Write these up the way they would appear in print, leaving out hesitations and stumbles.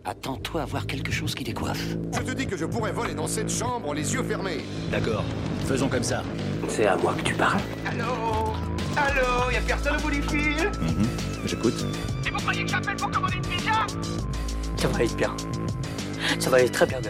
Attends-toi à voir quelque chose qui décoiffe. Je te dis que je pourrais voler dans cette chambre les yeux fermés. D'accord, faisons comme ça. C'est à moi que tu parles. Allô, y'a personne au bout du fil? J'écoute. Et vous croyez que j'appelle pour commander une pizza? Ça va aller bien. Ça va aller très bien même.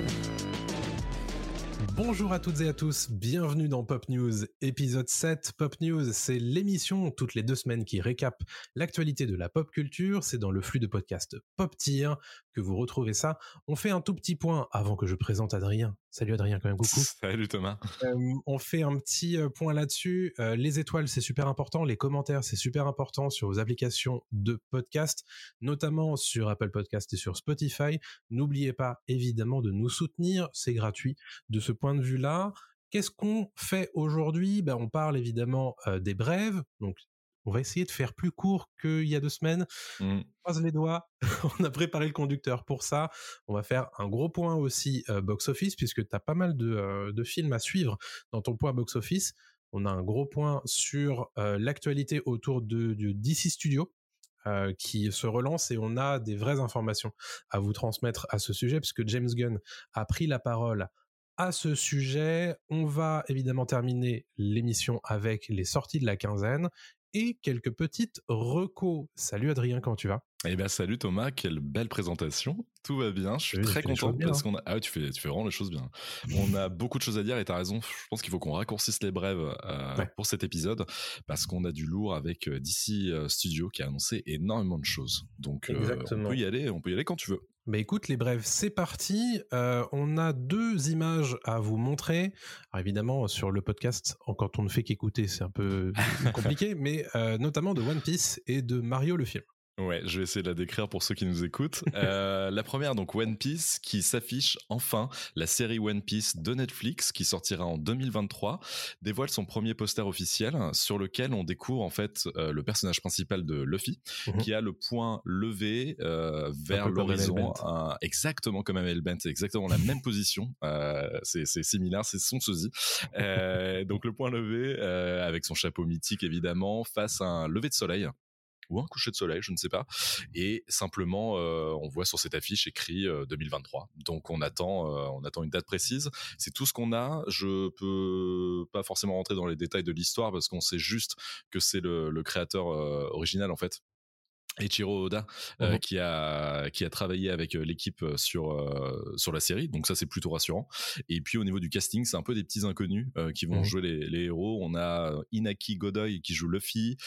Bonjour à toutes et à tous, bienvenue dans Pop News, épisode 7. Pop News, c'est l'émission toutes les 2 semaines qui récape l'actualité de la pop culture. C'est dans le flux de podcast Pop Tier que vous retrouvez ça. On fait un tout petit point avant que je présente Adrien. Salut Adrien quand même, coucou. Salut Thomas. On fait un petit point là-dessus. Les étoiles, c'est super important. Les commentaires, c'est super important sur vos applications de podcast, notamment sur Apple Podcast et sur Spotify. N'oubliez pas évidemment de nous soutenir, c'est gratuit. De ce point de vue-là, qu'est-ce qu'on fait aujourd'hui ? On parle évidemment des brèves, donc on va essayer de faire plus court qu'il y a 2 semaines. Croise les doigts, on a préparé le conducteur pour ça. On va faire un gros point aussi box-office, puisque tu as pas mal de films à suivre dans ton point box-office. On a un gros point sur l'actualité autour de DC Studios, qui se relance, et on a des vraies informations à vous transmettre à ce sujet, puisque James Gunn a pris la parole à ce sujet. On va évidemment terminer l'émission avec les sorties de la quinzaine et quelques petites recos. Salut Adrien, comment tu vas ? Eh bien salut Thomas, quelle belle présentation. Tout va bien, je suis très content parce qu'on a... Ah ouais, tu fais vraiment les choses bien. On a beaucoup de choses à dire et t'as raison, je pense qu'il faut qu'on raccourcisse les brèves pour cet épisode parce qu'on a du lourd avec DC Studio qui a annoncé énormément de choses. Donc on peut y aller quand tu veux. Bah écoute, les brèves, c'est parti. On a 2 images à vous montrer. Alors évidemment, sur le podcast, quand on ne fait qu'écouter, c'est un peu compliqué, mais notamment de One Piece et de Mario le film. Ouais, je vais essayer de la décrire pour ceux qui nous écoutent. La première, donc One Piece, qui s'affiche enfin. La série One Piece de Netflix, qui sortira en 2023, dévoile son premier poster officiel sur lequel on découvre en fait le personnage principal de Luffy, qui a le poing levé vers l'horizon, exactement comme Amel Bent, c'est exactement la même position. C'est similaire, c'est son sosie. Donc le poing levé avec son chapeau mythique évidemment, face à un lever de soleil. Ou un coucher de soleil, je ne sais pas. Et simplement, on voit sur cette affiche écrit 2023. Donc on attend une date précise. C'est tout ce qu'on a. Je peux pas forcément rentrer dans les détails de l'histoire parce qu'on sait juste que c'est le créateur original en fait. Eiichiro Oda qui a travaillé avec l'équipe sur la série, donc ça c'est plutôt rassurant. Et puis au niveau du casting, c'est un peu des petits inconnus qui vont jouer les héros. On a Inaki Godoy qui joue Luffy,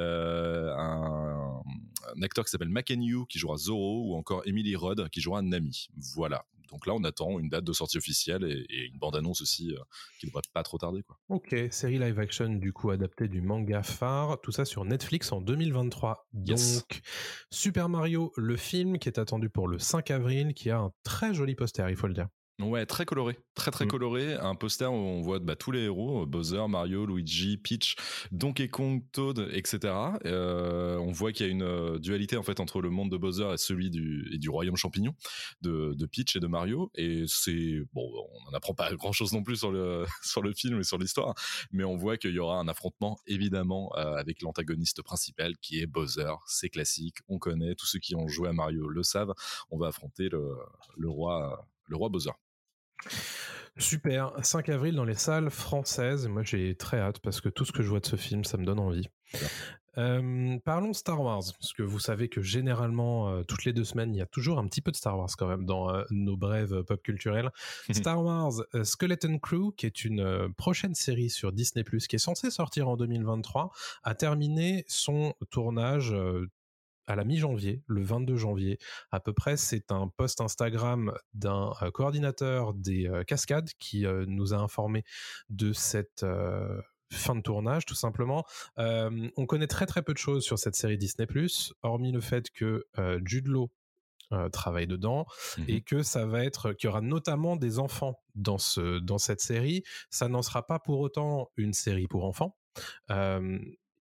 un acteur qui s'appelle Makenyu qui jouera Zoro, ou encore Emily Rudd qui jouera Nami. Voilà. Donc là, on attend une date de sortie officielle et une bande-annonce aussi qui devrait pas trop tarder, quoi. Ok, série live action du coup adaptée du manga phare, tout ça sur Netflix en 2023. Yes. Donc Super Mario, le film qui est attendu pour le 5 avril, qui a un très joli poster, il faut le dire. Ouais, très coloré, très coloré. Un poster où on voit tous les héros, Bowser, Mario, Luigi, Peach, Donkey Kong, Toad, etc. On voit qu'il y a une dualité en fait entre le monde de Bowser et celui du royaume champignon de Peach et de Mario. Et c'est bon, on n'en apprend pas grand chose non plus sur le film et sur l'histoire, mais on voit qu'il y aura un affrontement évidemment avec l'antagoniste principal qui est Bowser. C'est classique, on connaît, tous ceux qui ont joué à Mario le savent. On va affronter le roi Bowser. Super, 5 avril dans les salles françaises. Moi j'ai très hâte parce que tout ce que je vois de ce film, ça me donne envie. Parlons Star Wars, parce que vous savez que généralement toutes les 2 semaines il y a toujours un petit peu de Star Wars quand même dans nos brèves pop culturelles. Star Wars Skeleton Crew, qui est une prochaine série sur Disney+, qui est censée sortir en 2023, a terminé son tournage à la mi-janvier, le 22 janvier à peu près. C'est un post Instagram d'un coordinateur des cascades qui nous a informé de cette fin de tournage, tout simplement. On connaît très très peu de choses sur cette série Disney+, hormis le fait que Jude Law travaille dedans, et que ça va être, qu'il y aura notamment des enfants dans cette série. Ça n'en sera pas pour autant une série pour enfants.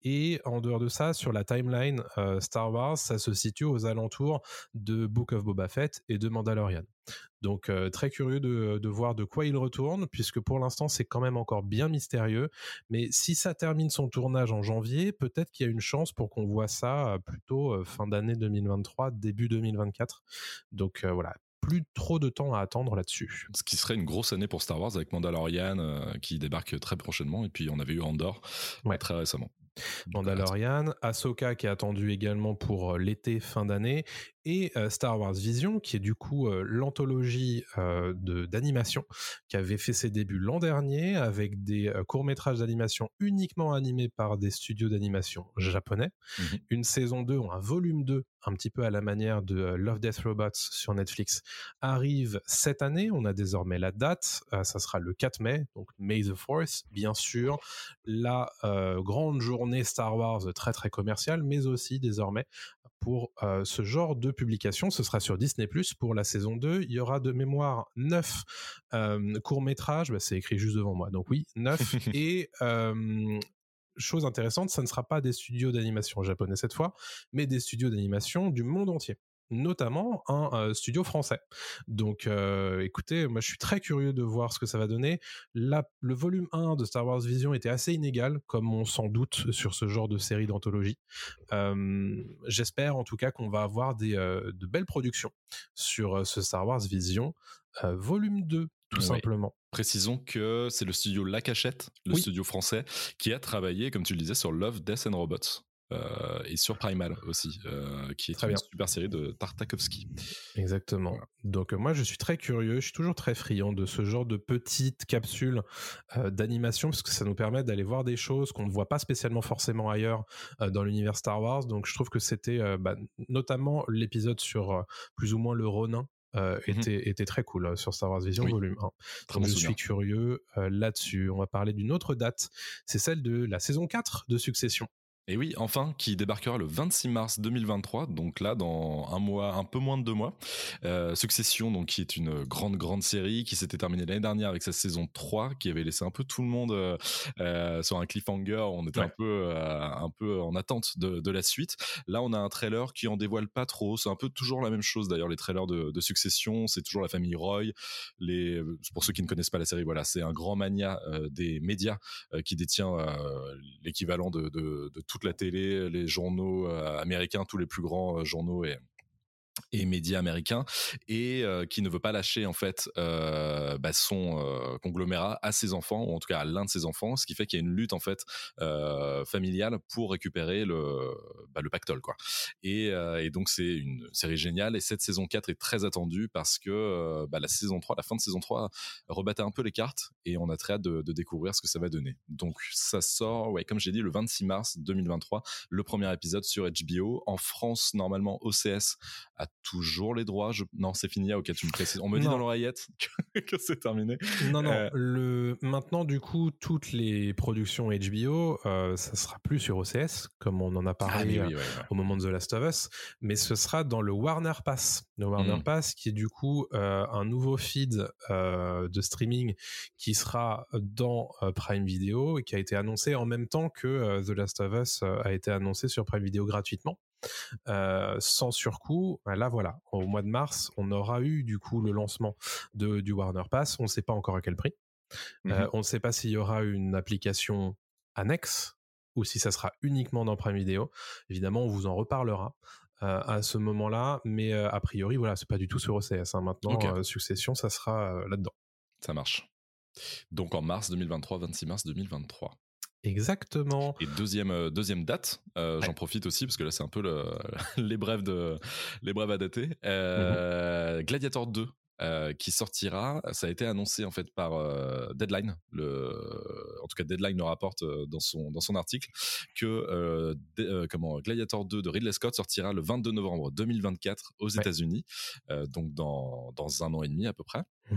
Et en dehors de ça, sur la timeline Star Wars, ça se situe aux alentours de Book of Boba Fett et de Mandalorian. Donc très curieux de voir de quoi il retourne, puisque pour l'instant c'est quand même encore bien mystérieux, mais si ça termine son tournage en janvier, peut-être qu'il y a une chance pour qu'on voit ça plutôt fin d'année 2023, début 2024. Donc voilà, plus trop de temps à attendre là-dessus. Ce qui serait une grosse année pour Star Wars avec Mandalorian qui débarque très prochainement, et puis on avait eu Andor très récemment. Mandalorian, Ahsoka qui est attendu également pour l'été, fin d'année, et Star Wars Vision qui est du coup l'anthologie d'animation qui avait fait ses débuts l'an dernier avec des courts-métrages d'animation uniquement animés par des studios d'animation japonais. Une saison 2 ou un volume 2 un petit peu à la manière de Love, Death, Robots sur Netflix arrive cette année. On a désormais la date, ça sera le 4 mai, donc May the 4th, bien sûr, la grande journée Star Wars très très commerciale, mais aussi désormais pour ce genre de publication. Ce sera sur Disney+, pour la saison 2. Il y aura de mémoire 9 courts-métrages, c'est écrit juste devant moi, donc oui, 9, et chose intéressante, ça ne sera pas des studios d'animation japonais cette fois, mais des studios d'animation du monde entier, notamment un studio français. Donc écoutez, moi je suis très curieux de voir ce que ça va donner. Le volume 1 de Star Wars Vision était assez inégal, comme on s'en doute sur ce genre de série d'anthologie. J'espère en tout cas qu'on va avoir de belles productions sur ce Star Wars Vision volume 2, tout simplement. Précisons que c'est le studio La Cachette, le studio français, qui a travaillé, comme tu le disais, sur Love, Death and Robots. Et sur Primal aussi, qui est une super série de Tartakovsky. Exactement. Voilà. Donc moi je suis très curieux, je suis toujours très friand de ce genre de petites capsules d'animation, parce que ça nous permet d'aller voir des choses qu'on ne voit pas spécialement forcément ailleurs dans l'univers Star Wars. Donc je trouve que c'était notamment l'épisode sur plus ou moins le Ronin, était très cool sur Star Wars Vision volume 1. Donc je suis curieux là-dessus. On va parler d'une autre date, c'est celle de la saison 4 de Succession. Et oui, enfin, qui débarquera le 26 mars 2023, donc là, dans un mois, un peu moins de 2 mois. Succession, donc, qui est une grande série, qui s'était terminée l'année dernière avec sa saison 3, qui avait laissé un peu tout le monde sur un cliffhanger. On était un peu en attente de la suite. Là, on a un trailer qui en dévoile pas trop. C'est un peu toujours la même chose, d'ailleurs, les trailers de Succession. C'est toujours la famille Roy. Pour ceux qui ne connaissent pas la série, voilà, c'est un grand mania des médias qui détient l'équivalent de toute la télé, les journaux américains, tous les plus grands journaux et médias américains, et qui ne veut pas lâcher en fait son conglomérat à ses enfants, ou en tout cas à l'un de ses enfants, ce qui fait qu'il y a une lutte en fait familiale pour récupérer le pactole, quoi. Et donc c'est une série géniale, et cette saison 4 est très attendue parce que la fin de saison 3 rebattait un peu les cartes, et on a très hâte de découvrir ce que ça va donner. Donc ça sort, comme j'ai dit, le 26 mars 2023, le premier épisode sur HBO. En France, normalement, OCS a toujours les droits. Non, c'est fini. Ok, tu me précises. On me dit dans l'oreillette que c'est terminé. Non. Maintenant, du coup, toutes les productions HBO, ça sera plus sur OCS, comme on en a parlé au moment de The Last of Us, mais ce sera dans le Warner Pass. Le Warner Pass, qui est du coup un nouveau feed de streaming qui sera dans Prime Video, et qui a été annoncé en même temps que The Last of Us a été annoncé sur Prime Video gratuitement. Sans surcoût. Là voilà, au mois de mars on aura eu du coup le lancement du Warner Pass. On ne sait pas encore à quel prix, on ne sait pas s'il y aura une application annexe ou si ça sera uniquement dans Prime Video. Évidemment on vous en reparlera à ce moment-là, mais a priori voilà, c'est pas du tout sur OCS maintenant. Succession, ça sera là-dedans. Ça marche. Donc en mars 2023, 26 mars 2023. Exactement. Et deuxième date, j'en profite aussi parce que là c'est un peu les brèves à dater. Gladiator 2 qui sortira, ça a été annoncé en fait par Deadline. En tout cas Deadline le rapporte dans son article que Gladiator 2 de Ridley Scott sortira le 22 novembre 2024 aux États-Unis, donc dans un an et demi à peu près.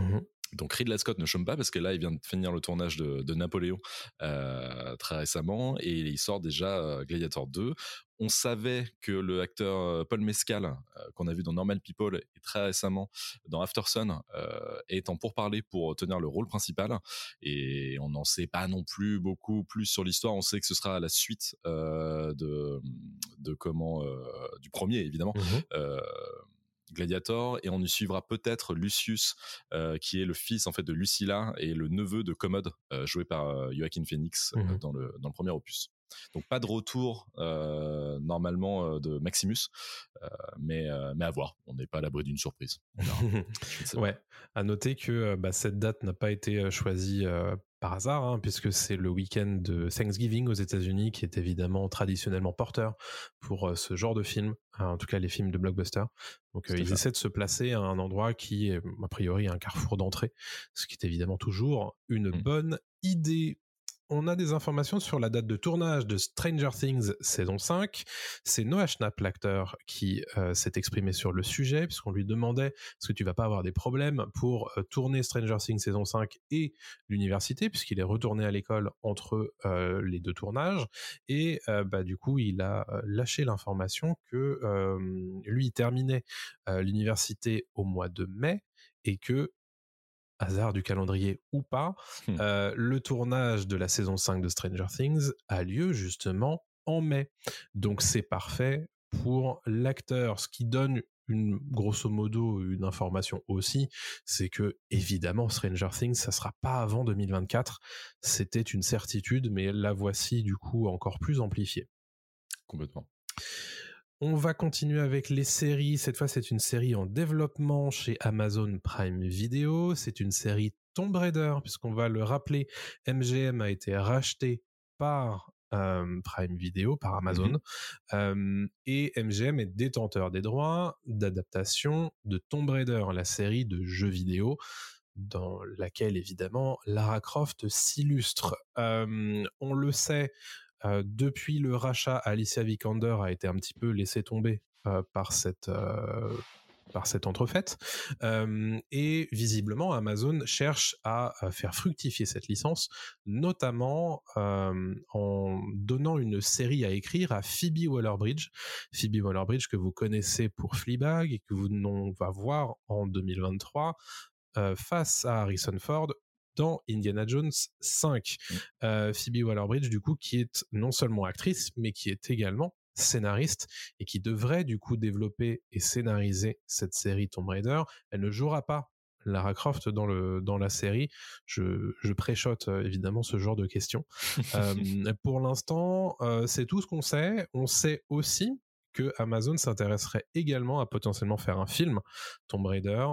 Donc Ridley Scott ne chôme pas parce que là il vient de finir le tournage de Napoléon très récemment et il sort déjà Gladiator 2. On savait que le acteur Paul Mescal qu'on a vu dans Normal People et très récemment dans After Sun est en pourparlers pour tenir le rôle principal et on n'en sait pas non plus beaucoup plus sur l'histoire. On sait que ce sera la suite du premier évidemment. Gladiator et on y suivra peut-être Lucius qui est le fils en fait de Lucilla et le neveu de Commode joué par Joaquin Phoenix dans le premier opus. Donc pas de retour normalement de Maximus mais à voir, on n'est pas à l'abri d'une surprise. Ouais, à noter que cette date n'a pas été choisie par hasard, hein, puisque c'est le week-end de Thanksgiving aux États-Unis qui est évidemment traditionnellement porteur pour ce genre de film, en tout cas les films de blockbuster. Donc ils essaient de se placer à un endroit qui est a priori un carrefour d'entrée, ce qui est évidemment toujours une bonne idée. On a des informations sur la date de tournage de Stranger Things saison 5. C'est Noah Schnapp, l'acteur, qui s'est exprimé sur le sujet, puisqu'on lui demandait est-ce que tu vas pas avoir des problèmes pour tourner Stranger Things saison 5 et l'université, puisqu'il est retourné à l'école entre les deux tournages. Et du coup, il a lâché l'information que lui, il terminait l'université au mois de mai et que hasard du calendrier ou pas, le tournage de la saison 5 de Stranger Things a lieu justement en mai. Donc c'est parfait pour l'acteur, ce qui donne grosso modo une information aussi, c'est que évidemment Stranger Things ça sera pas avant 2024, c'était une certitude, mais la voici du coup encore plus amplifiée. Complètement. On va continuer avec les séries. Cette fois, c'est une série en développement chez Amazon Prime Video. C'est une série Tomb Raider, puisqu'on va le rappeler, MGM a été racheté par Prime Video, par Amazon, et MGM est détenteur des droits d'adaptation de Tomb Raider, la série de jeux vidéo dans laquelle, évidemment, Lara Croft s'illustre. On le sait, depuis le rachat, Alicia Vikander a été un petit peu laissée tomber par cette entrefaite et visiblement Amazon cherche à faire fructifier cette licence, notamment en donnant une série à écrire à Phoebe Waller-Bridge que vous connaissez pour Fleabag et que on va voir en 2023 face à Harrison Ford dans Indiana Jones 5. Phoebe Waller-Bridge, du coup, qui est non seulement actrice, mais qui est également scénariste et qui devrait, du coup, développer et scénariser cette série Tomb Raider. Elle ne jouera pas Lara Croft dans la série. Je préchote évidemment ce genre de questions. Pour l'instant, c'est tout ce qu'on sait. On sait aussi que Amazon s'intéresserait également à potentiellement faire un film Tomb Raider,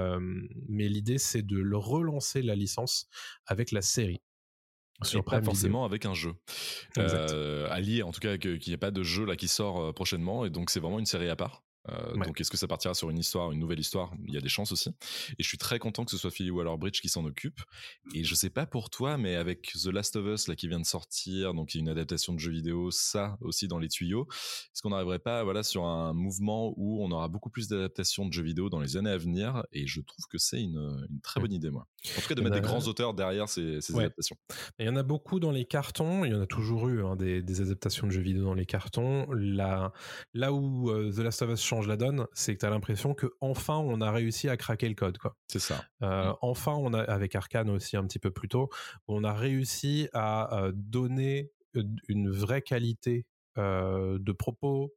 mais l'idée c'est de le relancer la licence avec la série. Et pas forcément avec un jeu. Allié, en tout cas, qu'il n'y ait pas de jeu là qui sort prochainement, et donc c'est vraiment une série à part. Donc est-ce que ça partira sur une nouvelle histoire? Il y a des chances aussi. Et je suis très content que ce soit Phoebe Waller-Bridge qui s'en occupe. Et je sais pas pour toi, mais avec The Last of Us là qui vient de sortir, donc il y a une adaptation de jeu vidéo, ça aussi dans les tuyaux. Est-ce qu'on n'arriverait pas, sur un mouvement où on aura beaucoup plus d'adaptations de jeux vidéo dans les années à venir? Et je trouve que c'est une très bonne idée, moi. En tout cas, de mettre des grands auteurs derrière ces adaptations. Il y en a beaucoup dans les cartons. Il y en a toujours eu des adaptations de jeux vidéo dans les cartons. Là où The Last of Us change la donne, c'est que tu as l'impression que enfin on a réussi à craquer le code, quoi. C'est ça. Enfin, on a, avec Arcane aussi un petit peu plus tôt, on a réussi à donner une vraie qualité de propos,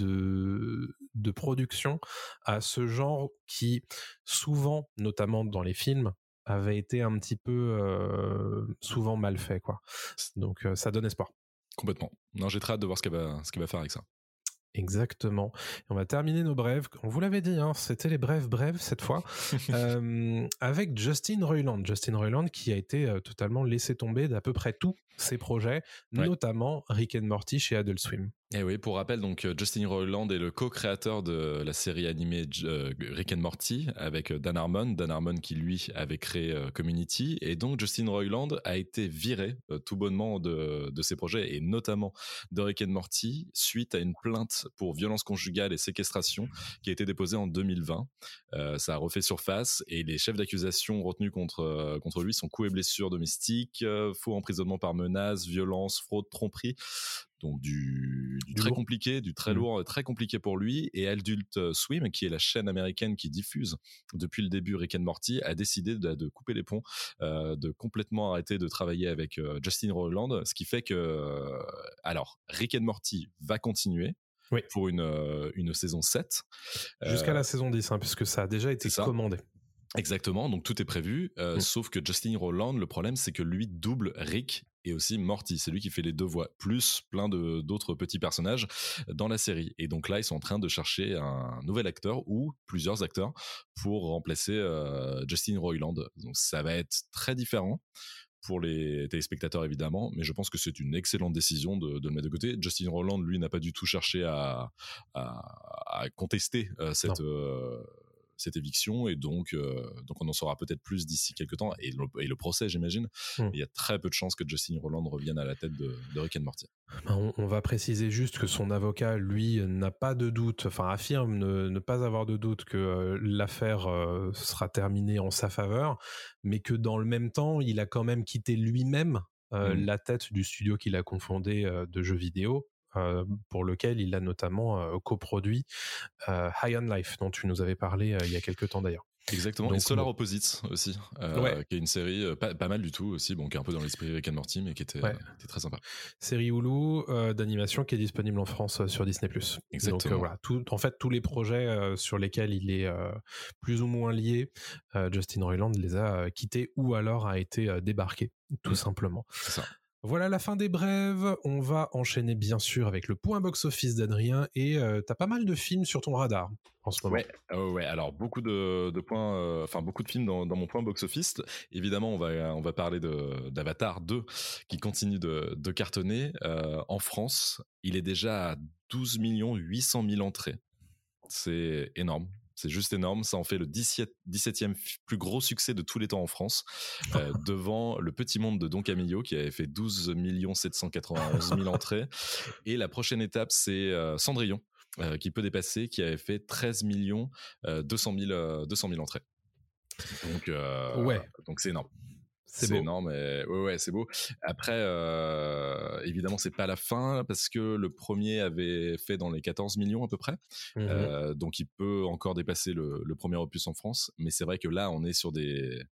de production à ce genre qui souvent, notamment dans les films, avait été un petit peu souvent mal fait, quoi. Donc ça donne espoir. Complètement. Non, j'ai très hâte de voir ce qu'il va faire avec ça. Exactement. Et on va terminer nos brèves. On vous l'avait dit, hein, c'était les brèves cette fois, avec Justin Roiland. Justin Roiland qui a été totalement laissé tomber d'à peu près tous ses projets, notamment Rick and Morty chez Adult Swim. Et oui, pour rappel, donc Justin Roiland est le co-créateur de la série animée Rick and Morty avec Dan Harmon. Dan Harmon qui lui avait créé Community, et donc Justin Roiland a été viré tout bonnement de ses projets et notamment de Rick and Morty suite à une plainte pour violence conjugale et séquestration qui a été déposée en 2020. Ça a refait surface et les chefs d'accusation retenus contre lui sont coups et blessures domestiques, faux emprisonnement par menace, violence, fraude, tromperie. Donc du très lourd. Compliqué, du très lourd, très compliqué pour lui. Et Adult Swim, qui est la chaîne américaine qui diffuse depuis le début Rick and Morty, a décidé de couper les ponts, de complètement arrêter de travailler avec Justin Roiland, ce qui fait que alors Rick and Morty va continuer. Oui. Pour une saison 7. Jusqu'à la saison 10, puisque ça a déjà été commandé. Exactement, donc tout est prévu, sauf que Justin Roiland, le problème c'est que lui double Rick et aussi Morty, c'est lui qui fait les deux voix, plus plein d'autres petits personnages dans la série. Et donc là, ils sont en train de chercher un nouvel acteur ou plusieurs acteurs pour remplacer Justin Roiland. Donc ça va être très différent pour les téléspectateurs évidemment, mais je pense que c'est une excellente décision de le mettre de côté. Justin Roiland, lui, n'a pas du tout cherché à contester cette éviction, et donc on en saura peut-être plus d'ici quelques temps, et le procès, j'imagine. Il y a très peu de chances que Justin Roiland revienne à la tête de Rick and Morty. On va préciser juste que son avocat, lui, n'a pas de doute, affirme ne pas avoir de doute que l'affaire sera terminée en sa faveur, mais que dans le même temps, il a quand même quitté lui-même la tête du studio qu'il a cofondé de jeux vidéo, pour lequel il a notamment coproduit High on Life, dont tu nous avais parlé il y a quelques temps d'ailleurs. Exactement, donc, et Solar Opposites aussi, qui est une série pas mal du tout aussi, qui est un peu dans l'esprit Rick and Morty, mais qui était très sympa. Série Hulu d'animation qui est disponible en France sur Disney+. Exactement. Donc voilà, tous les projets sur lesquels il est plus ou moins lié, Justin Roiland les a quittés ou alors a été débarqué, tout simplement. C'est ça. Voilà la fin des brèves, on va enchaîner bien sûr avec le point box-office d'Adrien, et t'as pas mal de films sur ton radar en ce moment. Ouais, alors beaucoup de points, beaucoup de films dans mon point box-office. Évidemment, on va parler d'Avatar 2 qui continue de cartonner. En France, il est déjà à 12 800 000 entrées. C'est énorme. C'est juste énorme, ça en fait le 17e plus gros succès de tous les temps en France, devant Le Petit Monde de Don Camillo qui avait fait 12 791 000 entrées. Et la prochaine étape, c'est Cendrillon, qui peut dépasser, qui avait fait 13 200 000 entrées. Donc c'est énorme. C'est énorme, et c'est beau. Après, évidemment, c'est pas la fin, parce que le premier avait fait dans les 14 millions à peu près, donc il peut encore dépasser le premier opus en France, mais c'est vrai que là, on est sur des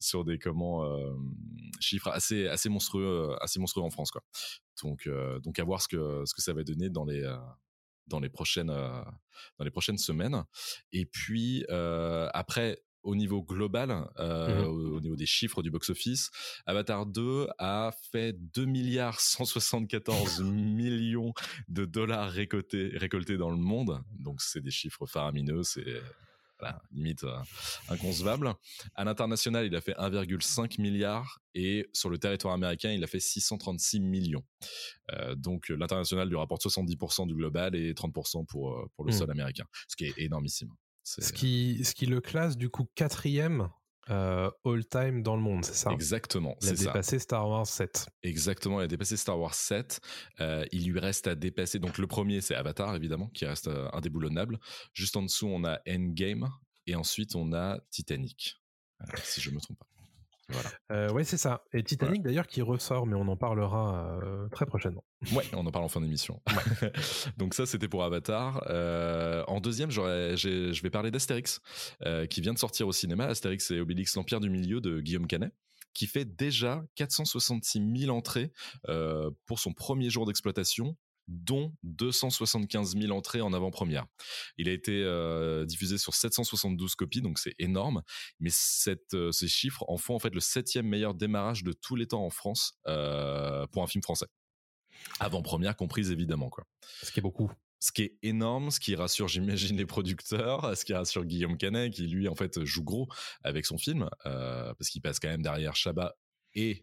chiffres assez monstrueux en France, quoi. Donc à voir ce que ça va donner dans les prochaines semaines. Et puis après, au niveau global, au niveau des chiffres du box-office, Avatar 2 a fait 2 174 millions de dollars récoltés dans le monde. Donc c'est des chiffres faramineux, c'est limite inconcevable. À l'international, il a fait 1,5 milliard, et sur le territoire américain, il a fait 636 millions. Donc l'international lui rapporte 70% du global et 30% pour le sol américain, ce qui est énormissime. Ce qui le classe du coup 4e all-time dans le monde, c'est ça? Exactement, il a dépassé Star Wars 7. Exactement, il a dépassé Star Wars 7. Il lui reste à dépasser, donc le premier c'est Avatar évidemment, qui reste indéboulonnable. Juste en dessous on a Endgame, et ensuite on a Titanic, si je me trompe pas. Voilà. Ouais, c'est ça. Et Titanic d'ailleurs qui ressort, mais on en parlera très prochainement. Ouais, on en parle en fin d'émission. Ouais. Donc ça, c'était pour Avatar. En deuxième, je vais parler d'Astérix, qui vient de sortir au cinéma. Astérix et Obélix, l'Empire du Milieu de Guillaume Canet, qui fait déjà 466 000 entrées pour son premier jour d'exploitation, dont 275 000 entrées en avant-première. Il a été diffusé sur 772 copies, donc c'est énorme, mais ces chiffres en font en fait le 7e meilleur démarrage de tous les temps en France pour un film français. Avant-première comprise évidemment, quoi. Ce qui est beaucoup. Ce qui est énorme, ce qui rassure, j'imagine, les producteurs, ce qui rassure Guillaume Canet, qui lui en fait joue gros avec son film, parce qu'il passe quand même derrière Chabat et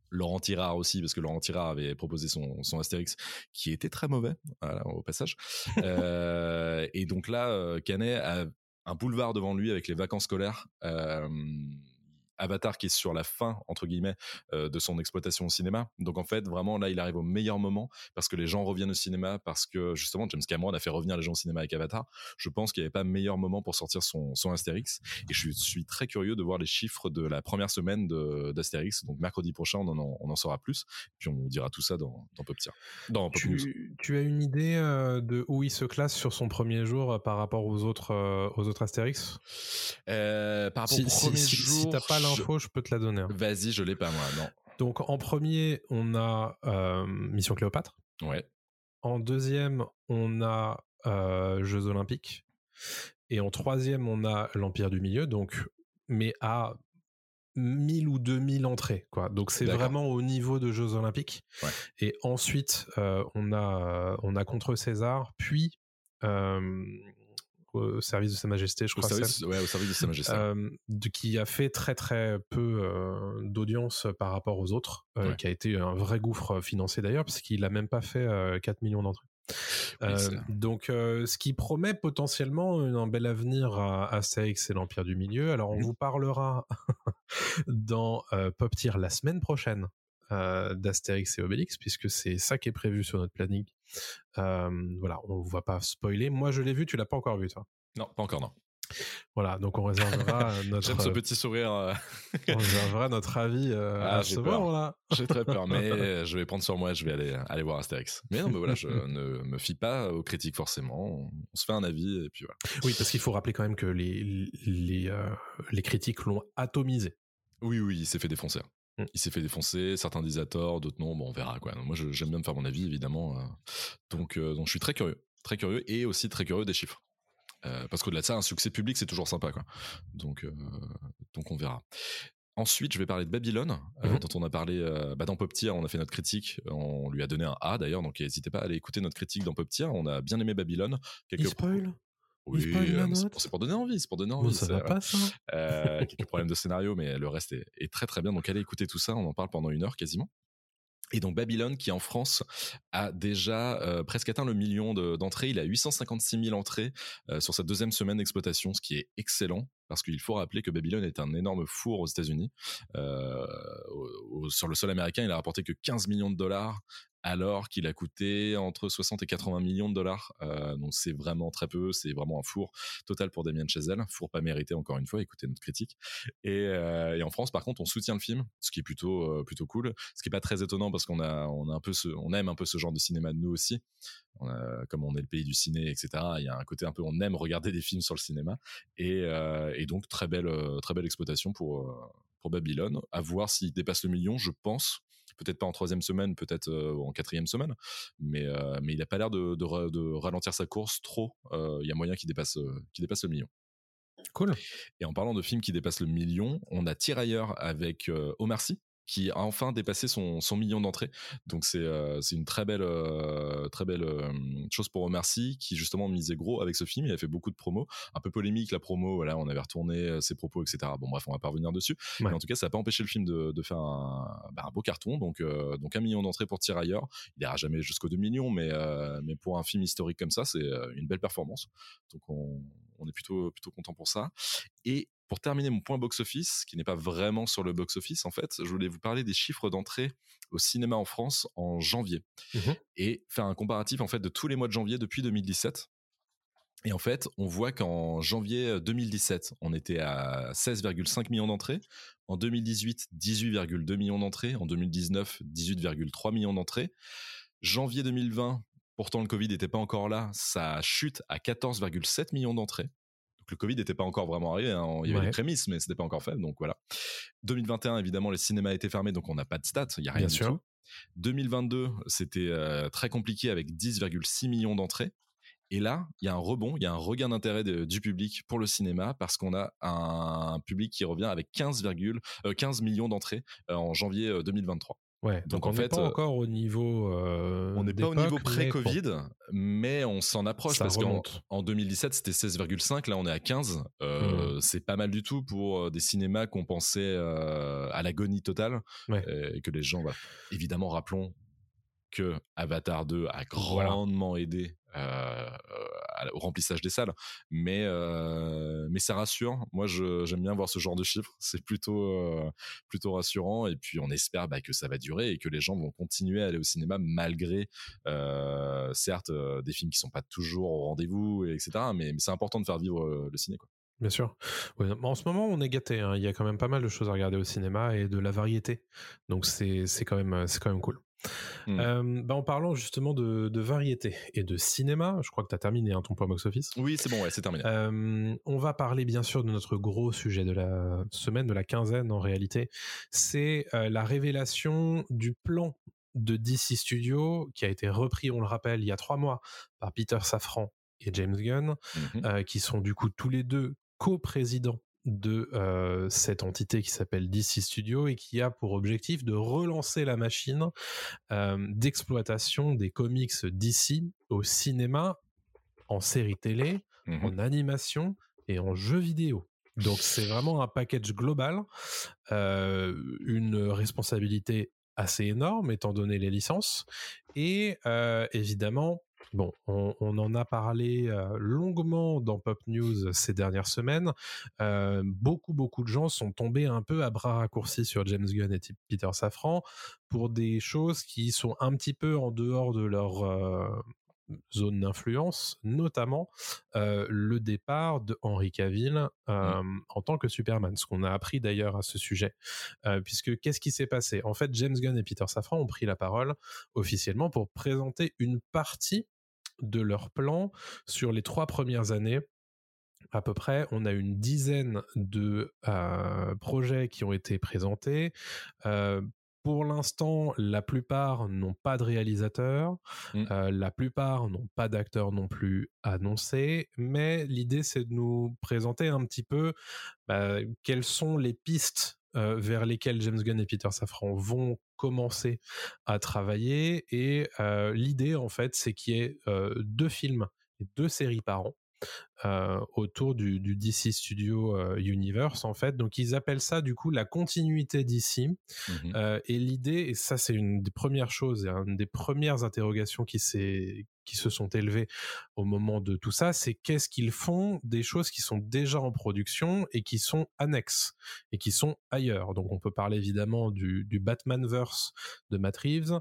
Laurent Tirard aussi, parce que Laurent Tirard avait proposé son Astérix, qui était très mauvais, voilà, au passage. Et donc là, Canet a un boulevard devant lui avec les vacances scolaires. Avatar qui est sur la fin entre guillemets de son exploitation au cinéma, donc en fait vraiment là il arrive au meilleur moment parce que les gens reviennent au cinéma, parce que justement James Cameron a fait revenir les gens au cinéma avec Avatar. Je pense qu'il n'y avait pas meilleur moment pour sortir son Astérix, et je suis très curieux de voir les chiffres de la première semaine d'Astérix, donc mercredi prochain on en saura plus, puis on vous dira tout ça dans Pop Tier, dans Pop News. Tu as une idée de où il se classe sur son premier jour par rapport aux autres Astérix? Par rapport au premier jour, si t'as pas l'info, je peux te la donner. Vas-y, je l'ai pas moi, non. Donc en premier, on a Mission Cléopâtre. Ouais. En deuxième, on a Jeux Olympiques. Et en troisième, on a l'Empire du Milieu, donc, mais à 1000 ou 2000 entrées, quoi. Donc c'est vraiment au niveau de Jeux Olympiques. Ouais. Et ensuite, on a Contre César, puis au service de Sa Majesté, je crois. Au service de Sa Majesté. Qui a fait très très peu d'audience par rapport aux autres, qui a été un vrai gouffre financier d'ailleurs, parce qu'il a même pas fait 4 millions d'entrées. Donc ce qui promet potentiellement un bel avenir à Astérix et l'Empire du Milieu. Alors on vous parlera dans Pop Tier la semaine prochaine d'Astérix et Obélix, puisque c'est ça qui est prévu sur notre planning. Voilà, on va pas spoiler. Moi je l'ai vu, tu l'as pas encore vu toi? Non, pas encore, non. Voilà, donc on réservera notre... J'aime ce petit sourire. On réservera notre avis à ce moment-là. J'ai très peur, mais je vais prendre sur moi, je vais aller voir Astérix. Mais non, mais voilà, je ne me fie pas aux critiques forcément. On se fait un avis et puis voilà. Oui, parce qu'il faut rappeler quand même que les critiques l'ont atomisé. Oui, il s'est fait défoncer. Il s'est fait défoncer, certains disent à tort, d'autres non, bon on verra quoi. Moi j'aime bien me faire mon avis évidemment, donc je suis très curieux et aussi très curieux des chiffres. Parce qu'au-delà de ça, un succès public c'est toujours sympa quoi. Donc on verra. Ensuite, je vais parler de Babylone, dont on a parlé dans Pop Tier. On a fait notre critique, on lui a donné un A d'ailleurs, donc n'hésitez pas à aller écouter notre critique dans Pop Tier. On a bien aimé Babylone. Il spoil. Oui, c'est pour donner envie, ça va pas ça. Quelques problèmes de scénario, mais le reste est très très bien. Donc allez écouter tout ça, on en parle pendant 1 heure quasiment. Et donc Babylone, qui en France a déjà presque atteint le million d'entrées. Il a 856 000 entrées sur sa 2e semaine d'exploitation, ce qui est excellent, parce qu'il faut rappeler que Babylone est un énorme four aux États-Unis. Sur le sol américain, il a rapporté que 15 millions de dollars, alors qu'il a coûté entre 60 et 80 millions de dollars. Donc c'est vraiment très peu, c'est vraiment un four total pour Damien Chazelle, four pas mérité encore une fois, écoutez notre critique. Et en France par contre on soutient le film, ce qui est plutôt cool, ce qui est pas très étonnant parce qu'on aime un peu ce genre de cinéma nous aussi. Comme on est le pays du ciné, etc. Il y a un côté un peu, on aime regarder des films sur le cinéma, et donc très belle exploitation pour Babylone. À voir s'il dépasse le million, je pense. Peut-être pas en 3e semaine, peut-être en 4e semaine, mais il a pas l'air de ralentir sa course trop. Il y a moyen qu'il dépasse le million. Cool. Et en parlant de films qui dépassent le million, on a Tirailleurs avec Omar Sy, qui a enfin dépassé son million d'entrées. Donc c'est une très belle chose pour Omar Sy, qui justement misait gros avec ce film. Il a fait beaucoup de promos, un peu polémique la promo, voilà, on avait retourné ses propos, etc. Bon bref, on va pas revenir dessus. Ouais. Mais en tout cas, ça n'a pas empêché le film de faire un beau carton. Donc 1 million d'entrées pour Tirailleurs. Il n'ira jamais jusqu'aux 2 millions, mais pour un film historique comme ça, c'est une belle performance. Donc on est plutôt content pour ça. Et pour terminer mon point box-office, qui n'est pas vraiment sur le box-office en fait, je voulais vous parler des chiffres d'entrée au cinéma en France en janvier, et faire un comparatif en fait de tous les mois de janvier depuis 2017. Et en fait, on voit qu'en janvier 2017, on était à 16,5 millions d'entrées. En 2018, 18,2 millions d'entrées. En 2019, 18,3 millions d'entrées. Janvier 2020, pourtant le Covid n'était pas encore là, ça chute à 14,7 millions d'entrées. Le Covid n'était pas encore vraiment arrivé, hein. Il y avait des prémices, mais c'était pas encore fait, donc voilà. 2021, évidemment, les cinémas étaient fermés, donc on n'a pas de stats, il n'y a rien du tout. 2022, c'était très compliqué avec 10,6 millions d'entrées. Et là, il y a un rebond, il y a un regain d'intérêt du public pour le cinéma, parce qu'on a un public qui revient avec 15 millions d'entrées en janvier 2023. Ouais, donc en on n'est fait, pas encore au niveau on n'est pas au niveau d'époque, pré-Covid, mais on s'en approche ça parce remonte. qu'en 2017 c'était 16,5, là on est à 15. C'est pas mal du tout pour des cinémas qu'on pensait à l'agonie totale, Ouais. et que les gens, évidemment, rappelons que Avatar 2 a Voilà. grandement aidé au remplissage des salles, mais ça rassure. Moi, j'aime bien voir ce genre de chiffres. C'est plutôt rassurant, et puis on espère que ça va durer et que les gens vont continuer à aller au cinéma malgré certes des films qui sont pas toujours au rendez-vous, etc. Mais c'est important de faire vivre le ciné, quoi. Bien sûr. Ouais, en ce moment, on est gâté. Il y a quand même pas mal de choses à regarder au cinéma et de la variété. Donc c'est quand même cool. En parlant justement de variété et de cinéma, je crois que tu as terminé ton point box-office. Oui, c'est bon, c'est terminé. On va parler bien sûr de notre gros sujet de la semaine, de la quinzaine en réalité. C'est la révélation du plan de DC Studios qui a été repris, on le rappelle, il y a 3 mois par Peter Safran et James Gunn, qui sont du coup tous les deux co-présidents de cette entité qui s'appelle DC Studios et qui a pour objectif de relancer la machine d'exploitation des comics DC au cinéma, en série télé, en animation et en jeux vidéo. Donc c'est vraiment un package global, une responsabilité assez énorme étant donné les licences, et évidemment, bon, on en a parlé longuement dans Pop News ces dernières semaines. Beaucoup de gens sont tombés un peu à bras raccourcis sur James Gunn et Peter Safran pour des choses qui sont un petit peu en dehors de leur zone d'influence, notamment le départ de Henry Cavill en tant que Superman, ce qu'on a appris d'ailleurs à ce sujet, puisque qu'est-ce qui s'est passé ? En fait, James Gunn et Peter Safran ont pris la parole officiellement pour présenter une partie de leur plan sur les 3 premières années. À peu près, on a une dizaine de projets qui ont été présentés. Pour l'instant, la plupart n'ont pas de réalisateur, la plupart n'ont pas d'acteurs non plus annoncés, mais l'idée c'est de nous présenter un petit peu quelles sont les pistes vers lesquelles James Gunn et Peter Safran vont commencer à travailler, et l'idée en fait c'est qu'il y ait 2 films et 2 séries par an autour du DC Studio Universe en fait. Donc ils appellent ça du coup la continuité DC, et l'idée, et ça c'est une des premières choses et une des premières interrogations qui se sont élevées au moment de tout ça, c'est qu'est-ce qu'ils font des choses qui sont déjà en production et qui sont annexes et qui sont ailleurs. Donc on peut parler évidemment du Batmanverse de Matt Reeves,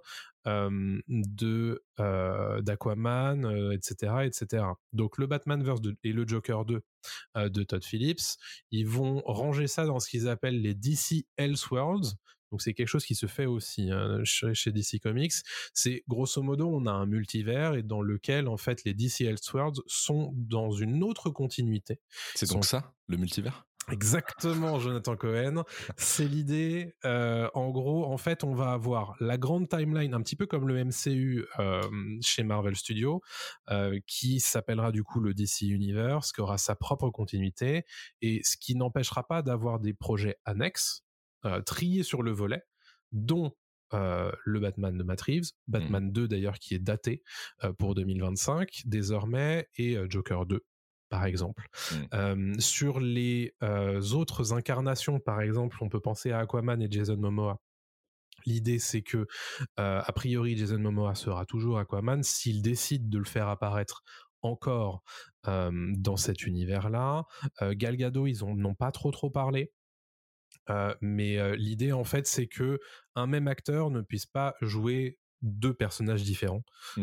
d'Aquaman, etc. Donc le Batmanverse et le Joker 2 de Todd Phillips, ils vont ranger ça dans ce qu'ils appellent les DC Elseworlds. Donc c'est quelque chose qui se fait aussi chez DC Comics. C'est grosso modo, on a un multivers et dans lequel en fait les DC Elseworlds sont dans une autre continuité. C'est donc ça, le multivers ? Exactement, Jonathan Cohen. C'est l'idée. En gros, en fait, on va avoir la grande timeline, un petit peu comme le MCU chez Marvel Studios, qui s'appellera du coup le DC Universe, qui aura sa propre continuité, et ce qui n'empêchera pas d'avoir des projets annexes, triés sur le volet, dont le Batman de Matt Reeves, Batman 2 d'ailleurs qui est daté pour 2025 désormais, et Joker 2. Par exemple. Sur les autres incarnations, par exemple, on peut penser à Aquaman et Jason Momoa. L'idée, c'est que, a priori, Jason Momoa sera toujours Aquaman s'il décide de le faire apparaître encore dans cet univers-là. Gal Gadot, ils n'ont pas trop parlé. Mais l'idée, en fait, c'est que un même acteur ne puisse pas jouer 2 personnages différents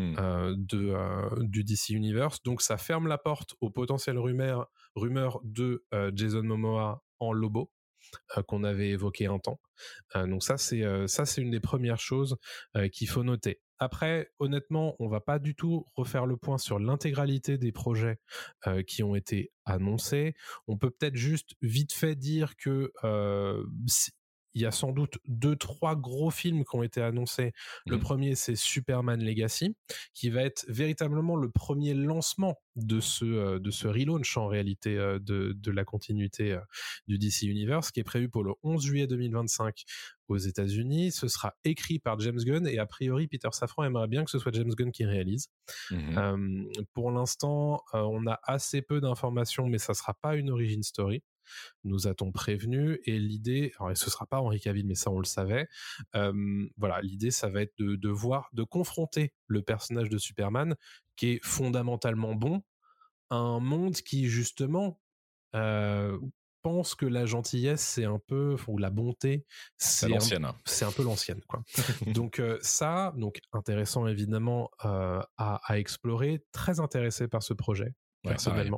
du DC Universe. Donc ça ferme la porte aux potentielles rumeurs de Jason Momoa en Lobo qu'on avait évoqué un temps. Donc ça c'est une des premières choses qu'il faut noter. Après, honnêtement, on va pas du tout refaire le point sur l'intégralité des projets qui ont été annoncés. On peut peut-être juste vite fait dire que il y a sans doute 2-3 gros films qui ont été annoncés. Le premier, c'est Superman Legacy, qui va être véritablement le premier lancement de ce relaunch en réalité de la continuité du DC Universe, qui est prévu pour le 11 juillet 2025 aux États-Unis. Ce sera écrit par James Gunn et a priori Peter Safran aimerait bien que ce soit James Gunn qui réalise. Pour l'instant, on a assez peu d'informations, mais ça sera pas une origin story, nous a-t-on prévenu, et l'idée, alors ce sera pas Henry Cavill, mais ça on le savait, voilà, l'idée ça va être de confronter le personnage de Superman, qui est fondamentalement bon, à un monde qui justement pense que la gentillesse c'est un peu, ou la bonté c'est l'ancienne, c'est un peu l'ancienne quoi. Donc ça, donc intéressant évidemment à explorer, très intéressé par ce projet personnellement.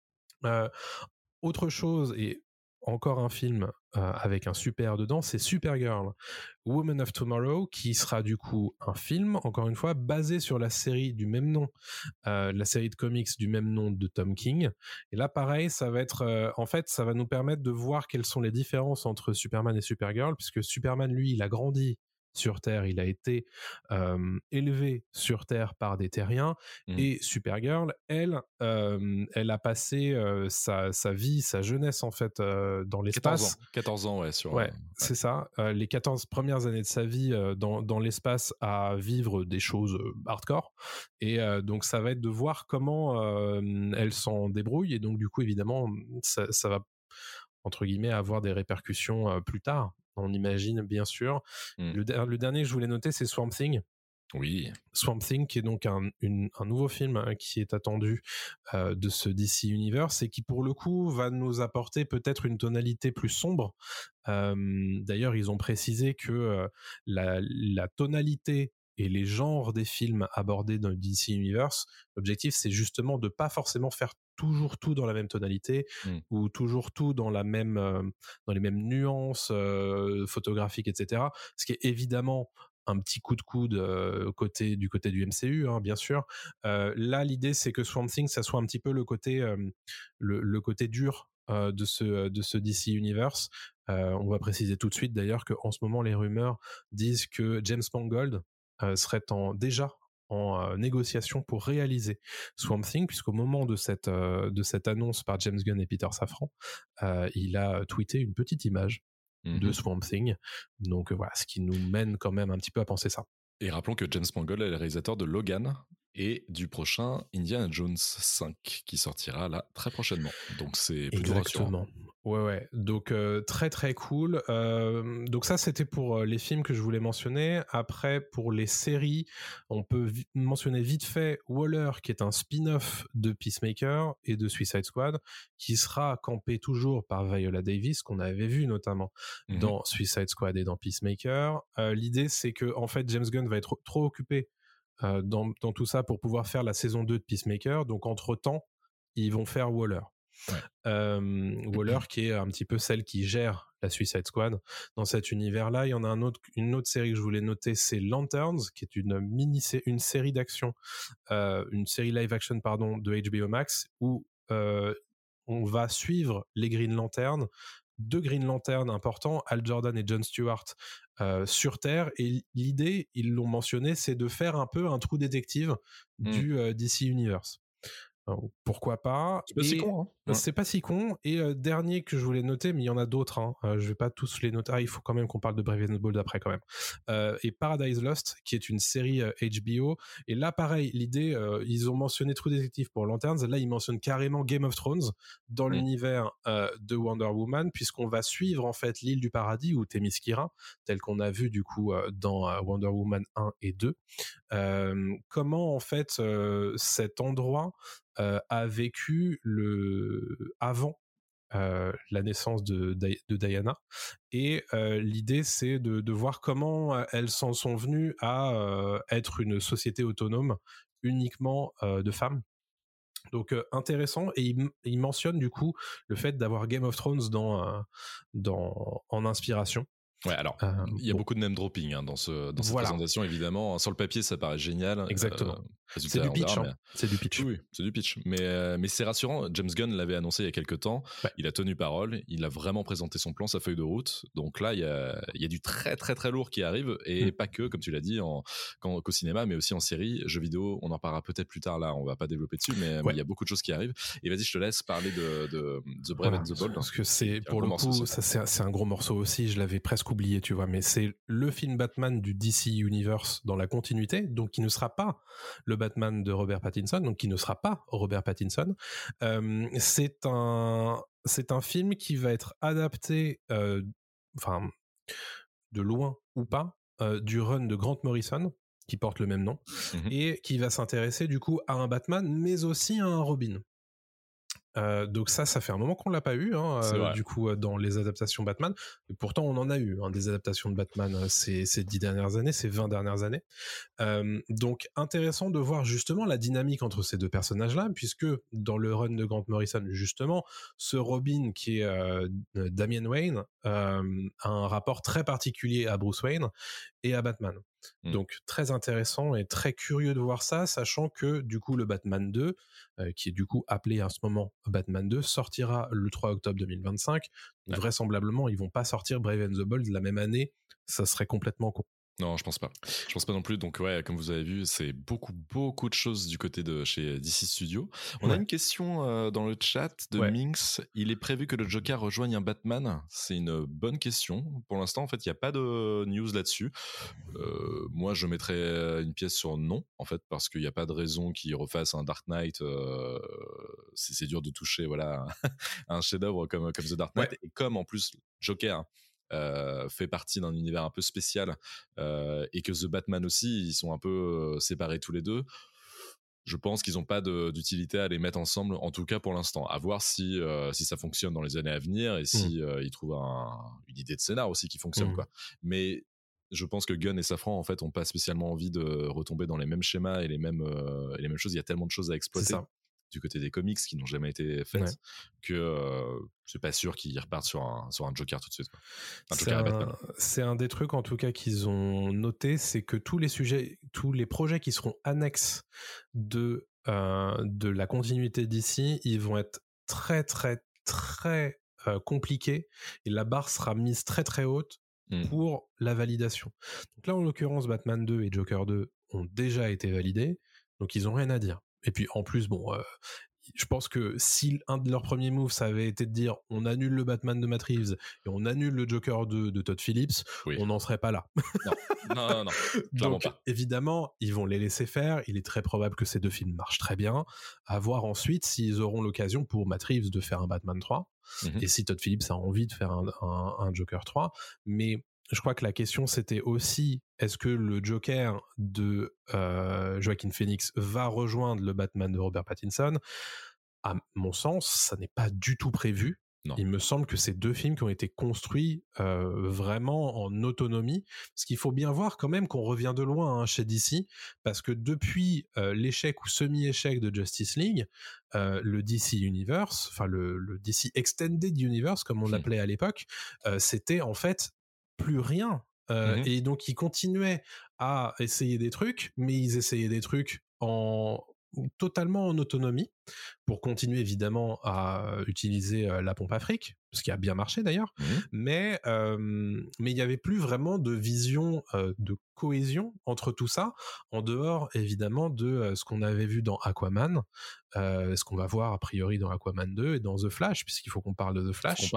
Autre chose, et encore un film avec un super dedans, c'est Supergirl, Woman of Tomorrow, qui sera du coup un film, encore une fois, basé sur la série du même nom, la série de comics du même nom de Tom King. Et là, pareil, ça va être, en fait, ça va nous permettre de voir quelles sont les différences entre Superman et Supergirl, puisque Superman, lui, il a grandi sur Terre, il a été élevé sur Terre par des terriens, et Supergirl, elle a passé sa vie, sa jeunesse en fait dans l'espace. 14 ans, ouais. C'est ça, les 14 premières années de sa vie dans l'espace à vivre des choses hardcore, et donc ça va être de voir comment elle s'en débrouille, et donc du coup évidemment ça va entre guillemets avoir des répercussions plus tard. On imagine bien sûr. Le dernier que je voulais noter, c'est Swamp Thing. Oui. Swamp Thing, qui est donc un nouveau film qui est attendu de ce DC Universe, et qui pour le coup va nous apporter peut-être une tonalité plus sombre. D'ailleurs, ils ont précisé que la tonalité et les genres des films abordés dans le DC Universe, l'objectif c'est justement de pas forcément faire toujours tout dans la même tonalité ou toujours tout dans les mêmes nuances photographiques, etc. Ce qui est évidemment un petit coup de coude du côté du MCU, hein, bien sûr. Là, l'idée c'est que Swamp Thing, ça soit un petit peu le côté dur de ce DC Universe. On va préciser tout de suite d'ailleurs qu'en ce moment les rumeurs disent que James Mangold serait déjà en négociation pour réaliser Swamp Thing, puisqu'au moment de cette annonce par James Gunn et Peter Safran, il a tweeté une petite image de Swamp Thing. Donc voilà, ce qui nous mène quand même un petit peu à penser ça. Et rappelons que James Mangold est le réalisateur de Logan et du prochain Indiana Jones 5 qui sortira là très prochainement. Donc c'est plutôt rassurant. Ouais. Donc très très cool. Donc ça c'était pour les films que je voulais mentionner. Après pour les séries, on peut mentionner vite fait Waller, qui est un spin-off de Peacemaker et de Suicide Squad, qui sera campé toujours par Viola Davis, qu'on avait vu notamment dans Suicide Squad et dans Peacemaker. L'idée c'est que en fait James Gunn va être trop occupé dans tout ça pour pouvoir faire la saison 2 de Peacemaker. Donc entre temps ils vont faire Waller. Waller qui est un petit peu celle qui gère la Suicide Squad dans cet univers-là. Il y en a une autre série que je voulais noter, c'est Lanterns, qui est une série d'action, une série live action de HBO Max, où on va suivre les Green Lantern, deux Green Lantern importants, Hal Jordan et Jon Stewart, sur Terre, et l'idée, ils l'ont mentionné, c'est de faire un peu un trou détective du DC Universe. Alors, pourquoi pas. C'est pas si con, hein. C'est pas si con. Et dernier que je voulais noter, mais il y en a d'autres, hein. Je vais pas tous les noter. Il faut quand même qu'on parle de Brave and Bold après quand même. Et Paradise Lost, qui est une série HBO. Et là, pareil, l'idée, ils ont mentionné True Detective pour Lanterns. Là, ils mentionnent carrément Game of Thrones dans l'univers de Wonder Woman, puisqu'on va suivre en fait l'île du paradis ou Themyscira, tel qu'on a vu du coup dans Wonder Woman 1 et 2. Comment en fait cet endroit a vécu avant la naissance de Diana, et l'idée c'est de voir comment elles s'en sont venues à être une société autonome uniquement de femmes. Donc intéressant, et il mentionne du coup le fait d'avoir Game of Thrones en inspiration. Ouais, alors il y a beaucoup de name dropping dans cette présentation, évidemment. Sur le papier, ça paraît génial. Exactement. Résultat, C'est du on pitch, verra, hein. C'est du pitch. Oui, c'est du pitch. Mais c'est rassurant. James Gunn l'avait annoncé il y a quelques temps. Ouais. Il a tenu parole. Il a vraiment présenté son plan, sa feuille de route. Donc là, il y a du très, très, très lourd qui arrive. Et pas que, comme tu l'as dit, qu'au cinéma, mais aussi en série, jeux vidéo. On en parlera peut-être plus tard là. On va pas développer dessus, mais il y a beaucoup de choses qui arrivent. Et vas-y, je te laisse parler de The Brave and the Bold. Parce que c'est, pour le coup, ça, c'est un gros morceau aussi. Je l'avais presque oublié, tu vois. Mais c'est le film Batman du DC Universe dans la continuité. Donc, qui ne sera pas le Batman de Robert Pattinson. Donc, qui ne sera pas Robert Pattinson. C'est un film qui va être adapté, de loin ou pas, du run de Grant Morrison, qui porte le même nom, et qui va s'intéresser du coup à un Batman, mais aussi à un Robin. Donc ça fait un moment qu'on l'a pas eu, du coup, dans les adaptations Batman. Et pourtant, on en a eu des adaptations de Batman ces 10 dernières années, ces 20 dernières années. Donc intéressant de voir justement la dynamique entre ces deux personnages-là, puisque dans le run de Grant Morrison, justement, ce Robin qui est Damian Wayne a un rapport très particulier à Bruce Wayne et à Batman. Donc très intéressant et très curieux de voir ça, sachant que du coup le Batman 2, qui est du coup appelé à ce moment Batman 2, sortira le 3 octobre 2025. Vraisemblablement, ils vont pas sortir Brave and the Bold la même année, ça serait complètement con. Non, je pense pas. Je pense pas non plus. Donc ouais, comme vous avez vu, c'est beaucoup de choses du côté de chez DC Studios. On a une question dans le chat de Minx. Il est prévu que le Joker rejoigne un Batman. C'est une bonne question. Pour l'instant, en fait, il n'y a pas de news là-dessus. Moi, je mettrais une pièce sur non, en fait, parce qu'il n'y a pas de raison qu'il refasse un Dark Knight. C'est dur de toucher, voilà, un chef-d'œuvre comme The Dark Knight. Et comme en plus Joker fait partie d'un univers un peu spécial et que The Batman aussi, ils sont un peu séparés tous les deux. Je pense qu'ils n'ont pas d'utilité à les mettre ensemble, en tout cas pour l'instant. À voir si ça fonctionne dans les années à venir et si ils trouvent une idée de scénar aussi qui fonctionne, quoi. Mais je pense que Gunn et Safran en fait ont pas spécialement envie de retomber dans les mêmes schémas et les mêmes choses. Il y a tellement de choses à exploiter du côté des comics qui n'ont jamais été faites que c'est pas sûr qu'ils repartent sur un Joker tout de suite, quoi. C'est un des trucs en tout cas qu'ils ont noté, c'est que tous les projets qui seront annexes de la continuité d'ici, ils vont être très très très compliqués et la barre sera mise très très haute pour la validation. Donc là en l'occurrence Batman 2 et Joker 2 ont déjà été validés, donc ils ont rien à dire. Et puis en plus, je pense que si un de leurs premiers moves ça avait été de dire on annule le Batman de Matt Reeves et on annule le Joker de Todd Phillips, on n'en serait pas là. Non, clairement donc, pas. Évidemment, ils vont les laisser faire. Il est très probable que ces deux films marchent très bien. À voir ensuite s'ils auront l'occasion pour Matt Reeves de faire un Batman 3 et si Todd Phillips a envie de faire un Joker 3. Mais je crois que la question c'était aussi est-ce que le Joker de Joaquin Phoenix va rejoindre le Batman de Robert Pattinson? À mon sens, ça n'est pas du tout prévu. Non. Il me semble que c'est deux films qui ont été construits vraiment en autonomie, parce qu'il faut bien voir quand même qu'on revient de loin chez DC, parce que depuis l'échec ou semi-échec de Justice League, le DC Universe, enfin le DC Extended Universe comme on l'appelait à l'époque, c'était en fait plus rien. Et donc ils continuaient à essayer des trucs, mais ils essayaient des trucs totalement en autonomie pour continuer évidemment à utiliser la pompe à fric, ce qui a bien marché d'ailleurs, mais il y avait plus vraiment de vision de cohésion entre tout ça, en dehors évidemment de ce qu'on avait vu dans Aquaman, ce qu'on va voir a priori dans Aquaman 2 et dans The Flash, puisqu'il faut qu'on parle de The Flash.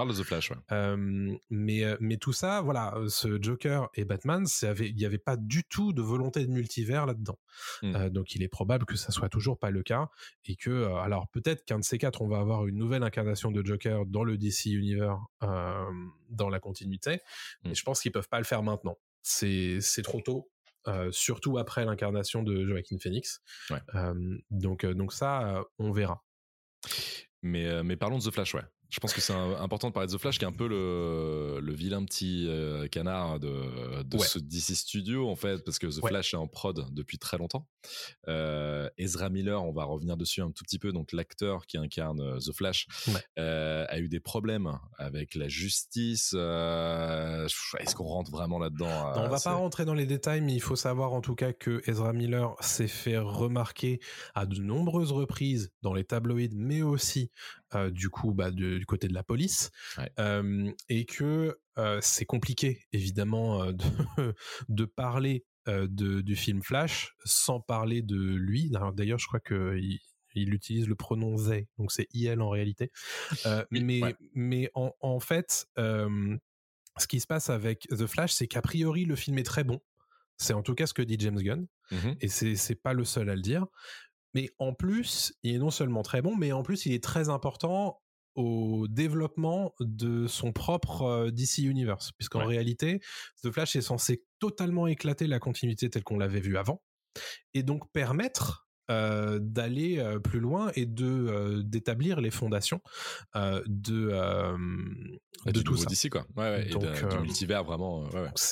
Mais tout ça, voilà, ce Joker et Batman, il n'y avait pas du tout de volonté de multivers là-dedans. Donc il est probable que ça soit toujours pas le cas et que alors peut-être qu'un de ces quatre on va avoir une nouvelle incarnation de Joker dans le DC Universe dans la continuité, mais je pense qu'ils peuvent pas le faire maintenant, c'est trop tôt, surtout après l'incarnation de Joaquin Phoenix. Donc ça on verra. Mais parlons de The Flash, Je pense que c'est important de parler de The Flash, qui est un peu le vilain petit canard de ce DC Studio, en fait, parce que The Flash est en prod depuis très longtemps. Ezra Miller, on va revenir dessus un tout petit peu, donc l'acteur qui incarne The Flash, a eu des problèmes avec la justice. Est-ce qu'on rentre vraiment là-dedans? Non, on va pas rentrer dans les détails, mais il faut savoir en tout cas que Ezra Miller s'est fait remarquer à de nombreuses reprises dans les tabloïds, mais aussi du côté de la police, et que c'est compliqué évidemment de parler du film Flash sans parler de lui. Alors, d'ailleurs, je crois que il utilise le pronom they, donc c'est il en réalité. Mais en fait, ce qui se passe avec The Flash, c'est qu'a priori le film est très bon. C'est en tout cas ce que dit James Gunn, et c'est pas le seul à le dire. Mais en plus, il est non seulement très bon, mais en plus il est très important au développement de son propre DC Universe, puisqu'en réalité, The Flash est censé totalement éclater la continuité telle qu'on l'avait vue avant, et donc permettre d'aller plus loin et d'établir les fondations de tout ça. DC, quoi. Donc, et du multivers, vraiment.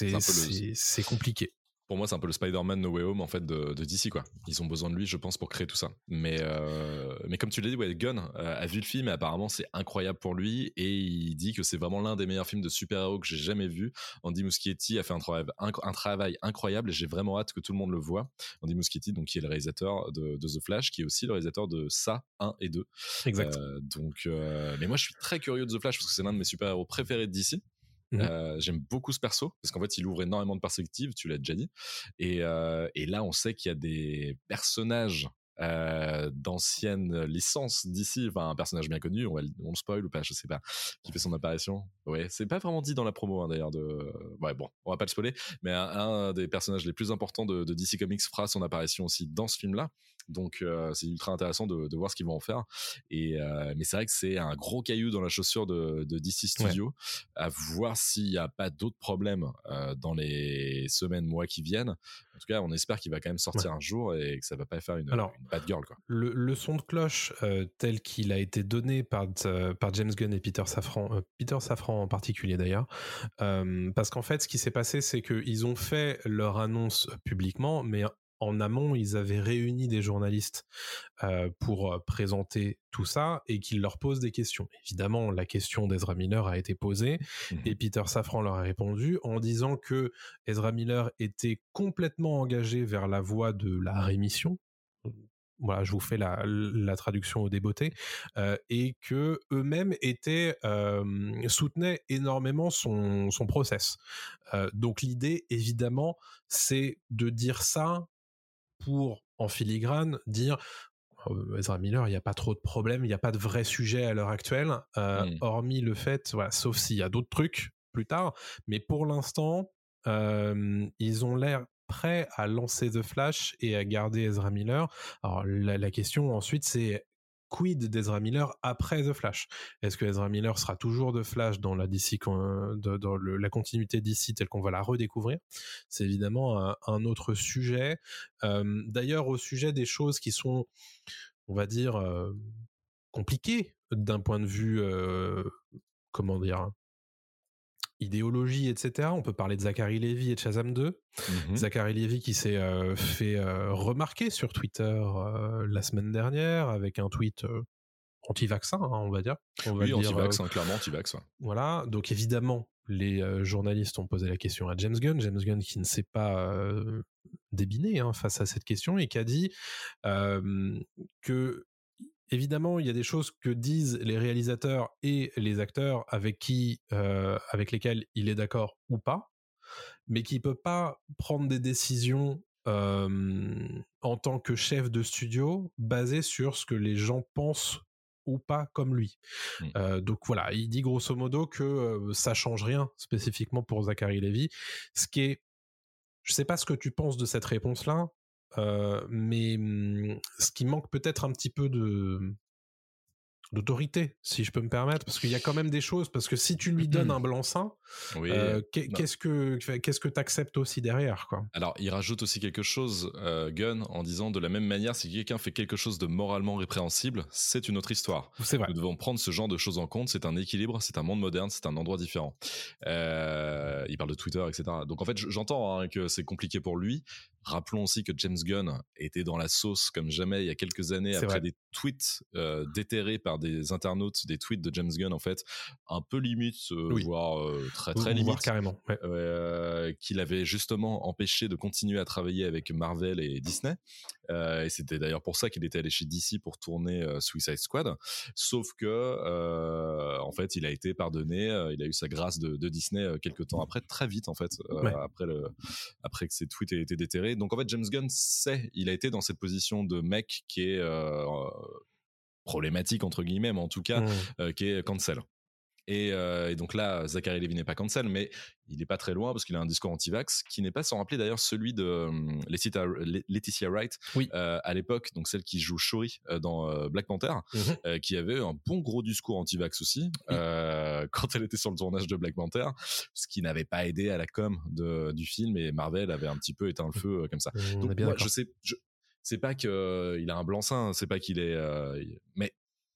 C'est compliqué. Pour moi, c'est un peu le Spider-Man No Way Home, en fait, de DC, quoi. Ils ont besoin de lui, je pense, pour créer tout ça. Mais comme tu l'as dit, Gunn a vu le film et apparemment, c'est incroyable pour lui, et il dit que c'est vraiment l'un des meilleurs films de super-héros que j'ai jamais vu. Andy Muschietti a fait un travail incroyable, et j'ai vraiment hâte que tout le monde le voit. Andy Muschietti, donc, qui est le réalisateur de The Flash, qui est aussi le réalisateur de Ça 1 et 2. Exact. Mais moi, je suis très curieux de The Flash, parce que c'est l'un de mes super-héros préférés de DC. J'aime beaucoup ce perso parce qu'en fait il ouvre énormément de perspectives, tu l'as déjà dit, et là on sait qu'il y a des personnages d'anciennes licences d'ici, enfin un personnage bien connu, on le spoil ou pas, je sais pas, qui fait son apparition. C'est pas vraiment dit dans la promo d'ailleurs bon, on va pas le spoiler, mais un des personnages les plus importants de DC Comics fera son apparition aussi dans ce film là. Donc c'est ultra intéressant de voir ce qu'ils vont en faire, mais c'est vrai que c'est un gros caillou dans la chaussure de DC Studio, à voir s'il n'y a pas d'autres problèmes dans les semaines, mois qui viennent. En tout cas, on espère qu'il va quand même sortir un jour et que ça va pas faire une bad girl, quoi. Le son de cloche tel qu'il a été donné par James Gunn et Peter Safran en particulier d'ailleurs, parce qu'en fait ce qui s'est passé, c'est qu'ils ont fait leur annonce publiquement, mais en amont, ils avaient réuni des journalistes pour présenter tout ça et qu'ils leur posent des questions. Évidemment, la question d'Ezra Miller a été posée et Peter Safran leur a répondu en disant que Ezra Miller était complètement engagé vers la voie de la rémission. Voilà, je vous fais la traduction au débeauté, et que eux-mêmes soutenaient énormément son process. Donc l'idée, évidemment, c'est de dire ça pour, en filigrane, dire Ezra Miller, il n'y a pas trop de problèmes, il n'y a pas de vrai sujet à l'heure actuelle, hormis le fait, sauf s'il y a d'autres trucs plus tard, mais pour l'instant, ils ont l'air prêts à lancer The Flash et à garder Ezra Miller. Alors la question ensuite, c'est quid d'Ezra Miller après The Flash? Est-ce que Ezra Miller sera toujours The Flash dans la DC, dans la continuité d'ici telle qu'on va la redécouvrir? C'est évidemment un autre sujet. D'ailleurs, au sujet des choses qui sont, on va dire, compliquées d'un point de vue, idéologie, etc. On peut parler de Zachary Levi et de Shazam 2. Zachary Levi qui s'est fait remarquer sur Twitter la semaine dernière avec un tweet anti-vaccin, on va dire. Anti-vax, clairement anti-vax. Voilà, donc évidemment, les journalistes ont posé la question à James Gunn qui ne s'est pas débiné face à cette question et qui a dit que évidemment, il y a des choses que disent les réalisateurs et les acteurs avec lesquels il est d'accord ou pas, mais qu'il peut pas prendre des décisions en tant que chef de studio basées sur ce que les gens pensent ou pas comme lui. Donc voilà, il dit grosso modo que ça change rien spécifiquement pour Zachary Levi, ce qui est, je sais pas ce que tu penses de cette réponse-là, mais ce qui manque peut-être un petit peu d'autorité, si je peux me permettre, parce qu'il y a quand même des choses, parce que si tu lui donnes un blanc-seing, Oui. qu'est-ce que t'acceptes aussi derrière, quoi. Alors, il rajoute aussi quelque chose, Gunn, en disant de la même manière, si quelqu'un fait quelque chose de moralement répréhensible, c'est une autre histoire. C'est vrai. Nous devons prendre ce genre de choses en compte, c'est un équilibre, c'est un monde moderne, c'est un endroit différent. Il parle de Twitter, etc. Donc en fait, j'entends que c'est compliqué pour lui. Rappelons aussi que James Gunn était dans la sauce comme jamais il y a quelques années C'est après vrai. des tweets déterrés par des internautes, des tweets de James Gunn en fait, un peu limite, Oui. voire très limite. Voire carrément, ouais. Qu'il avait justement empêché de continuer à travailler avec Marvel et Disney. Et c'était d'ailleurs pour ça qu'il était allé chez DC pour tourner Suicide Squad. Sauf que, en fait, il a été pardonné. Il a eu sa grâce de Disney quelques temps après, très vite en fait, Ouais. après que ses tweets aient été déterrés. Donc en fait, James Gunn il a été dans cette position de mec qui est problématique entre guillemets, mais en tout cas qui est cancel. Et donc là, Zachary Levi n'est pas cancel, mais il n'est pas très loin parce qu'il a un discours anti-vax qui n'est pas sans rappeler d'ailleurs celui de Letitia Wright Oui. à l'époque, donc celle qui joue Shuri dans Black Panther, qui avait un bon gros discours anti-vax aussi quand elle était sur le tournage de Black Panther, ce qui n'avait pas aidé à la com du film, et Marvel avait un petit peu éteint le feu comme ça. Donc moi, je sais pas qu'il a un blanc-seing, c'est pas qu'il est... mais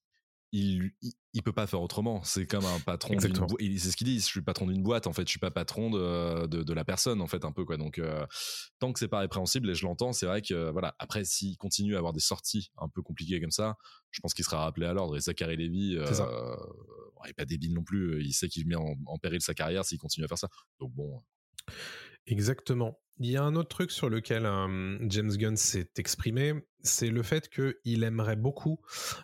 il peut pas faire autrement. C'est comme un patron d'une boîte. C'est ce qu'il dit. Je suis patron d'une boîte. En fait, je suis pas patron de la personne. En fait, un peu quoi. Donc, tant que c'est pas répréhensible, et je l'entends, c'est vrai que voilà. Après, s'il continue à avoir des sorties un peu compliquées comme ça, je pense qu'il sera rappelé à l'ordre. Et Zachary Levi, il est pas débile non plus. Il sait qu'il met en péril sa carrière s'il continue à faire ça. Donc bon. Exactement. Il y a un autre truc sur lequel James Gunn s'est exprimé, c'est le fait qu'il aimerait beaucoup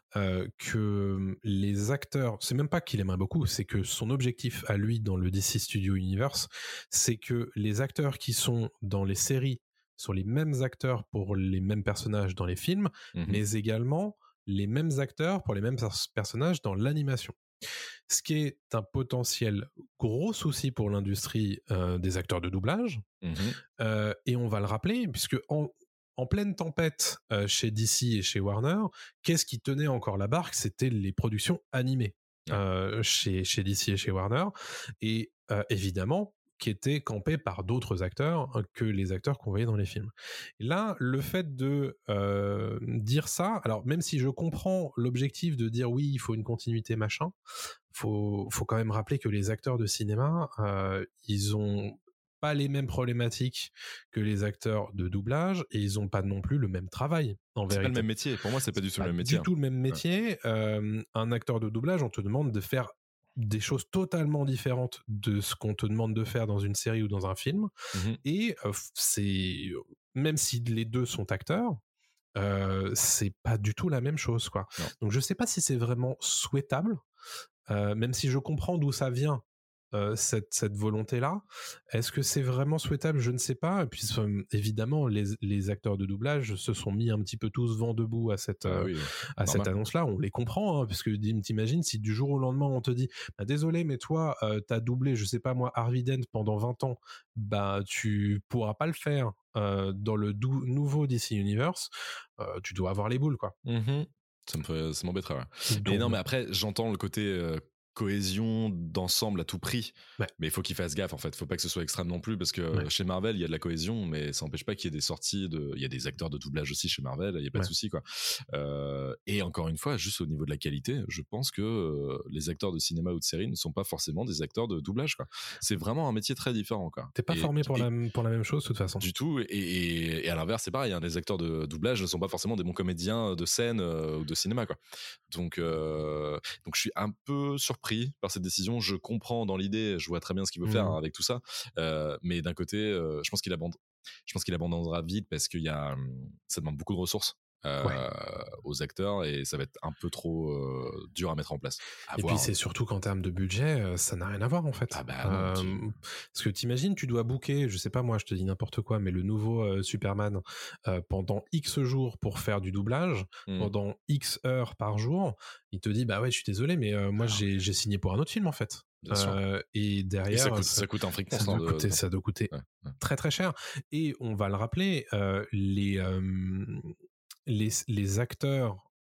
que les acteurs, c'est même pas qu'il aimerait beaucoup, c'est que son objectif à lui dans le DC Studio Universe, c'est que les acteurs qui sont dans les séries sont les mêmes acteurs pour les mêmes personnages dans les films, mais également les mêmes acteurs pour les mêmes personnages dans l'animation. Ce qui est un potentiel gros souci pour l'industrie des acteurs de doublage. Et on va le rappeler, puisque en pleine tempête chez DC et chez Warner, qu'est-ce qui tenait encore la barque ? C'était les productions animées chez DC et chez Warner. Et évidemment, qui étaient campés par d'autres acteurs que les acteurs qu'on voyait dans les films. Et là, le fait de dire ça, alors même si je comprends l'objectif de dire oui, il faut une continuité machin, faut quand même rappeler que les acteurs de cinéma, ils ont pas les mêmes problématiques que les acteurs de doublage, et ils ont pas non plus le même travail. En vérité, c'est pas le même métier. Pour moi, c'est pas du tout le même métier. Du tout le même métier. Un acteur de doublage, on te demande de faire des choses totalement différentes de ce qu'on te demande de faire dans une série ou dans un film. Et c'est, même si les deux sont acteurs, c'est pas du tout la même chose, quoi. Non. Donc je sais pas si c'est vraiment souhaitable, même si je comprends d'où ça vient, cette volonté-là. Est-ce que c'est vraiment souhaitable ? Je ne sais pas. Et puis évidemment, les acteurs de doublage se sont mis un petit peu tous vent debout à cette annonce-là. On les comprend, hein, parce que t'imagines si du jour au lendemain on te dit désolé, mais toi t'as doublé, je sais pas moi, Harvey Dent pendant 20 ans, tu pourras pas le faire dans le nouveau DC Universe. Tu dois avoir les boules, quoi. Ça m'embêterait. Ouais. Mais non, mais après j'entends le côté cohésion d'ensemble à tout prix, mais il faut qu'ils fassent gaffe en fait, faut pas que ce soit extrême non plus, parce que chez Marvel il y a de la cohésion, mais ça n'empêche pas qu'il y ait des sorties il y a des acteurs de doublage aussi chez Marvel, il y a pas de souci, quoi. Et encore une fois, juste au niveau de la qualité, je pense que les acteurs de cinéma ou de série ne sont pas forcément des acteurs de doublage, quoi. C'est vraiment un métier très différent, quoi. T'es pas formé pour la même chose de toute façon. Du tout, et à l'inverse c'est pareil, hein, les acteurs de doublage ne sont pas forcément des bons comédiens de scène ou de cinéma, quoi. Donc je suis un peu surpris par cette décision. Je comprends dans l'idée, je vois très bien ce qu'il veut faire avec tout ça, mais d'un côté je pense qu'il abandonnera vite, parce que ça demande beaucoup de ressources aux acteurs, et ça va être un peu trop dur à mettre en place. Puis c'est surtout qu'en termes de budget, ça n'a rien à voir en fait. Parce que t'imagines, tu dois booker, je sais pas moi, je te dis n'importe quoi, mais le nouveau Superman pendant X jours pour faire du doublage, pendant X heures par jour, il te dit je suis désolé, mais moi j'ai signé pour un autre film en fait. Et derrière, ça coûte un fric monstre. Ça doit coûter très très cher. Et on va le rappeler, les acteurs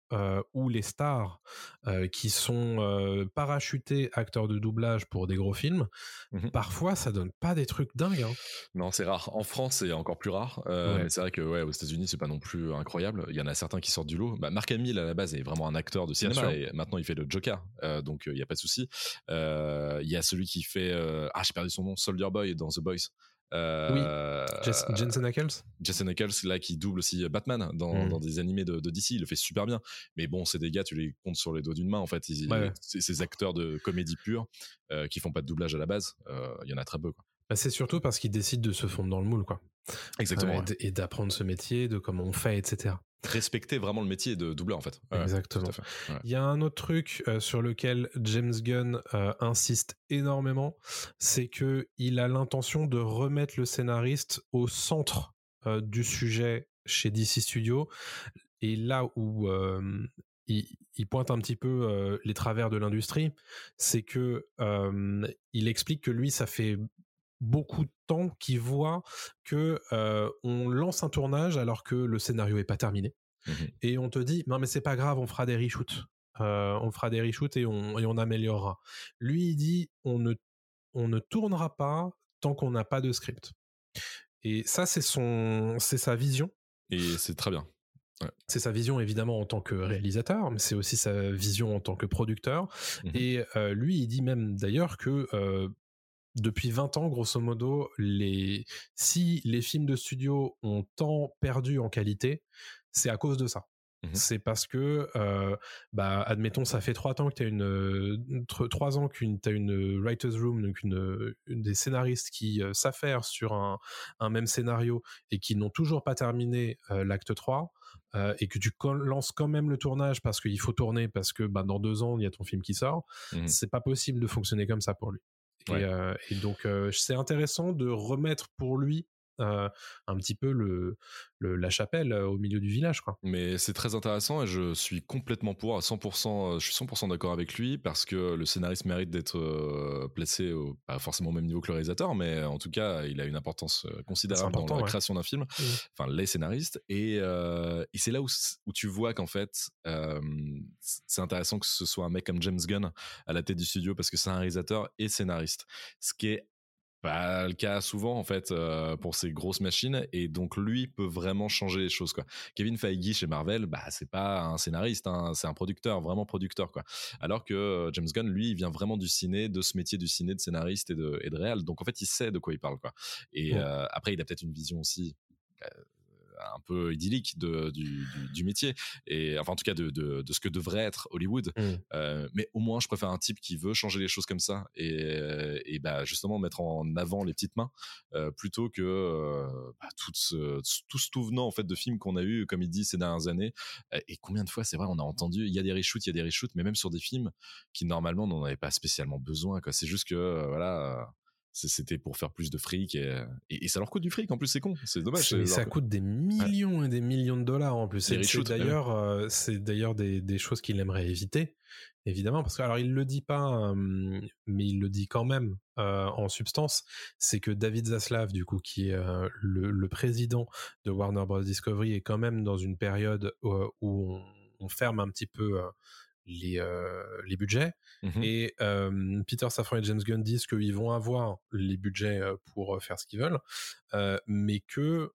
ou les stars qui sont parachutés acteurs de doublage pour des gros films, parfois ça donne pas des trucs dingues. Hein. Non, c'est rare. En France, c'est encore plus rare. Mais c'est vrai que aux États-Unis, c'est pas non plus incroyable. Il y en a certains qui sortent du lot. Mark Hamill, à la base, est vraiment un acteur de cinéma et maintenant il fait le Joker. Donc il n'y a pas de souci. Il y a celui qui fait... j'ai perdu son nom. Soldier Boy dans The Boys. Oui, Jensen Ackles. Jensen Ackles, là, qui double aussi Batman dans des animés de DC, il le fait super bien. Mais bon, c'est des gars, tu les comptes sur les doigts d'une main, en fait. C'est ces acteurs de comédie pure qui font pas de doublage à la base. Il y en a très peu, quoi. C'est surtout parce qu'ils décident de se fondre dans le moule, quoi. Exactement. Et d'apprendre ce métier, de comment on fait, etc. Respecter vraiment le métier de doubleur, en fait. Exactement. Il y a un autre truc sur lequel James Gunn insiste énormément, c'est que il a l'intention de remettre le scénariste au centre du sujet chez DC Studios, et là où il pointe un petit peu les travers de l'industrie, c'est que il explique que lui, ça fait beaucoup de temps qu'il voit que on lance un tournage alors que le scénario est pas terminé, et on te dit non mais c'est pas grave, on fera des reshoots, et on améliorera. Lui il dit on ne tournera pas tant qu'on n'a pas de script, et ça c'est sa vision, et c'est très bien. Ouais. C'est sa vision évidemment en tant que réalisateur, mais c'est aussi sa vision en tant que producteur. Et lui il dit même d'ailleurs que depuis 20 ans, grosso modo, si les films de studio ont tant perdu en qualité, c'est à cause de ça. C'est parce que, admettons, ça fait 3 ans que t'as une writer's room, donc des scénaristes qui s'affairent sur un même scénario et qui n'ont toujours pas terminé l'acte 3, et que tu lances quand même le tournage parce qu'il faut tourner, parce que dans 2 ans, il y a ton film qui sort. C'est pas possible de fonctionner comme ça pour lui. Et donc c'est intéressant de remettre pour lui un petit peu la chapelle au milieu du village, quoi. Mais c'est très intéressant et je suis complètement pour à 100%. Je suis 100% d'accord avec lui parce que le scénariste mérite d'être placé pas forcément au même niveau que le réalisateur, mais en tout cas il a une importance considérable dans la création d'un film. Enfin, les scénaristes, et c'est là où tu vois qu'en fait c'est intéressant que ce soit un mec comme James Gunn à la tête du studio, parce que c'est un réalisateur et scénariste, ce qui est pas le cas souvent en fait pour ces grosses machines, et donc lui peut vraiment changer les choses, quoi. Kevin Feige chez Marvel, c'est pas un scénariste, hein, c'est un producteur, vraiment producteur, quoi. Alors que James Gunn, lui, il vient vraiment du ciné, de ce métier du ciné, de scénariste et de réal, donc en fait il sait de quoi il parle, quoi. Et après il a peut-être une vision aussi un peu idyllique du métier, et enfin en tout cas de ce que devrait être Hollywood, mais au moins je préfère un type qui veut changer les choses comme ça, et justement mettre en avant les petites mains plutôt que tout venant en fait de films qu'on a eu, comme il dit, ces dernières années. Et combien de fois, c'est vrai, on a entendu il y a des reshoots, mais même sur des films qui normalement n'en avaient pas spécialement besoin, quoi. C'est juste que c'était pour faire plus de fric, et ça leur coûte du fric en plus, c'est con, c'est dommage. Ça coûte des millions et des millions de dollars en plus. C'est d'ailleurs des choses qu'il aimerait éviter, évidemment, parce que alors il le dit pas, mais il le dit quand même en substance. C'est que David Zaslav, du coup, qui est le président de Warner Bros Discovery, est quand même dans une période où on ferme un petit peu les budgets, et Peter Safran et James Gunn disent qu'ils vont avoir les budgets pour faire ce qu'ils veulent, mais que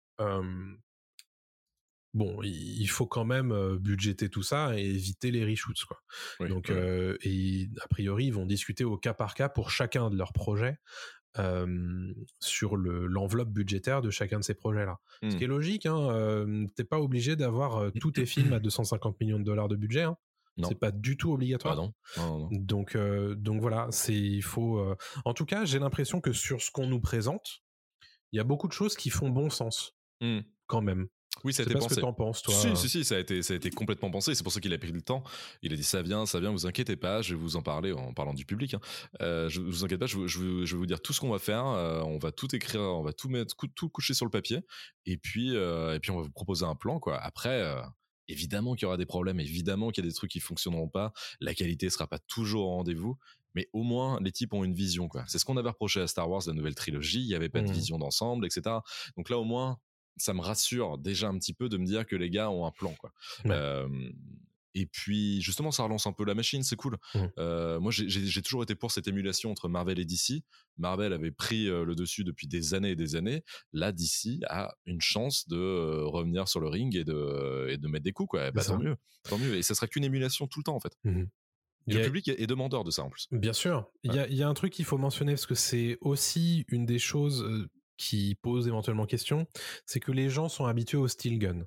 il faut quand même budgéter tout ça et éviter les reshoots, quoi. Donc et a priori ils vont discuter au cas par cas pour chacun de leurs projets sur l'enveloppe budgétaire de chacun de ces projets-là. Ce qui est logique, hein, t'es pas obligé d'avoir tous tes films à 250 millions de dollars de budget, hein. Non. C'est pas du tout obligatoire. Non. Donc voilà, il faut. En tout cas, j'ai l'impression que sur ce qu'on nous présente, il y a beaucoup de choses qui font bon sens, quand même. Oui, ça a été pensé. Ce que t'en penses, toi. Si, ça a été complètement pensé. C'est pour ça qu'il a pris le temps. Il a dit ça vient, vous inquiétez pas, je vais vous en parler en parlant du public. Je vous inquiète pas, je vais vous dire tout ce qu'on va faire. On va tout écrire, on va tout mettre, tout coucher sur le papier, et puis on va vous proposer un plan, quoi. Après. Évidemment qu'il y aura des problèmes, évidemment qu'il y a des trucs qui fonctionneront pas, la qualité sera pas toujours au rendez-vous, mais au moins les types ont une vision, quoi. C'est ce qu'on avait reproché à Star Wars, la nouvelle trilogie, il y avait pas de vision d'ensemble, etc. Donc là au moins ça me rassure déjà un petit peu de me dire que les gars ont un plan, quoi. Et puis justement, ça relance un peu la machine, c'est cool. Moi, j'ai toujours été pour cette émulation entre Marvel et DC. Marvel avait pris le dessus depuis des années et des années. Là, DC a une chance de revenir sur le ring et de mettre des coups, quoi. Bah, tant mieux. Et ça sera qu'une émulation tout le temps, en fait. Et le public est demandeur de ça, en plus. Bien sûr. Il y a un truc qu'il faut mentionner, parce que c'est aussi une des choses qui pose éventuellement question, c'est que les gens sont habitués au steel gun.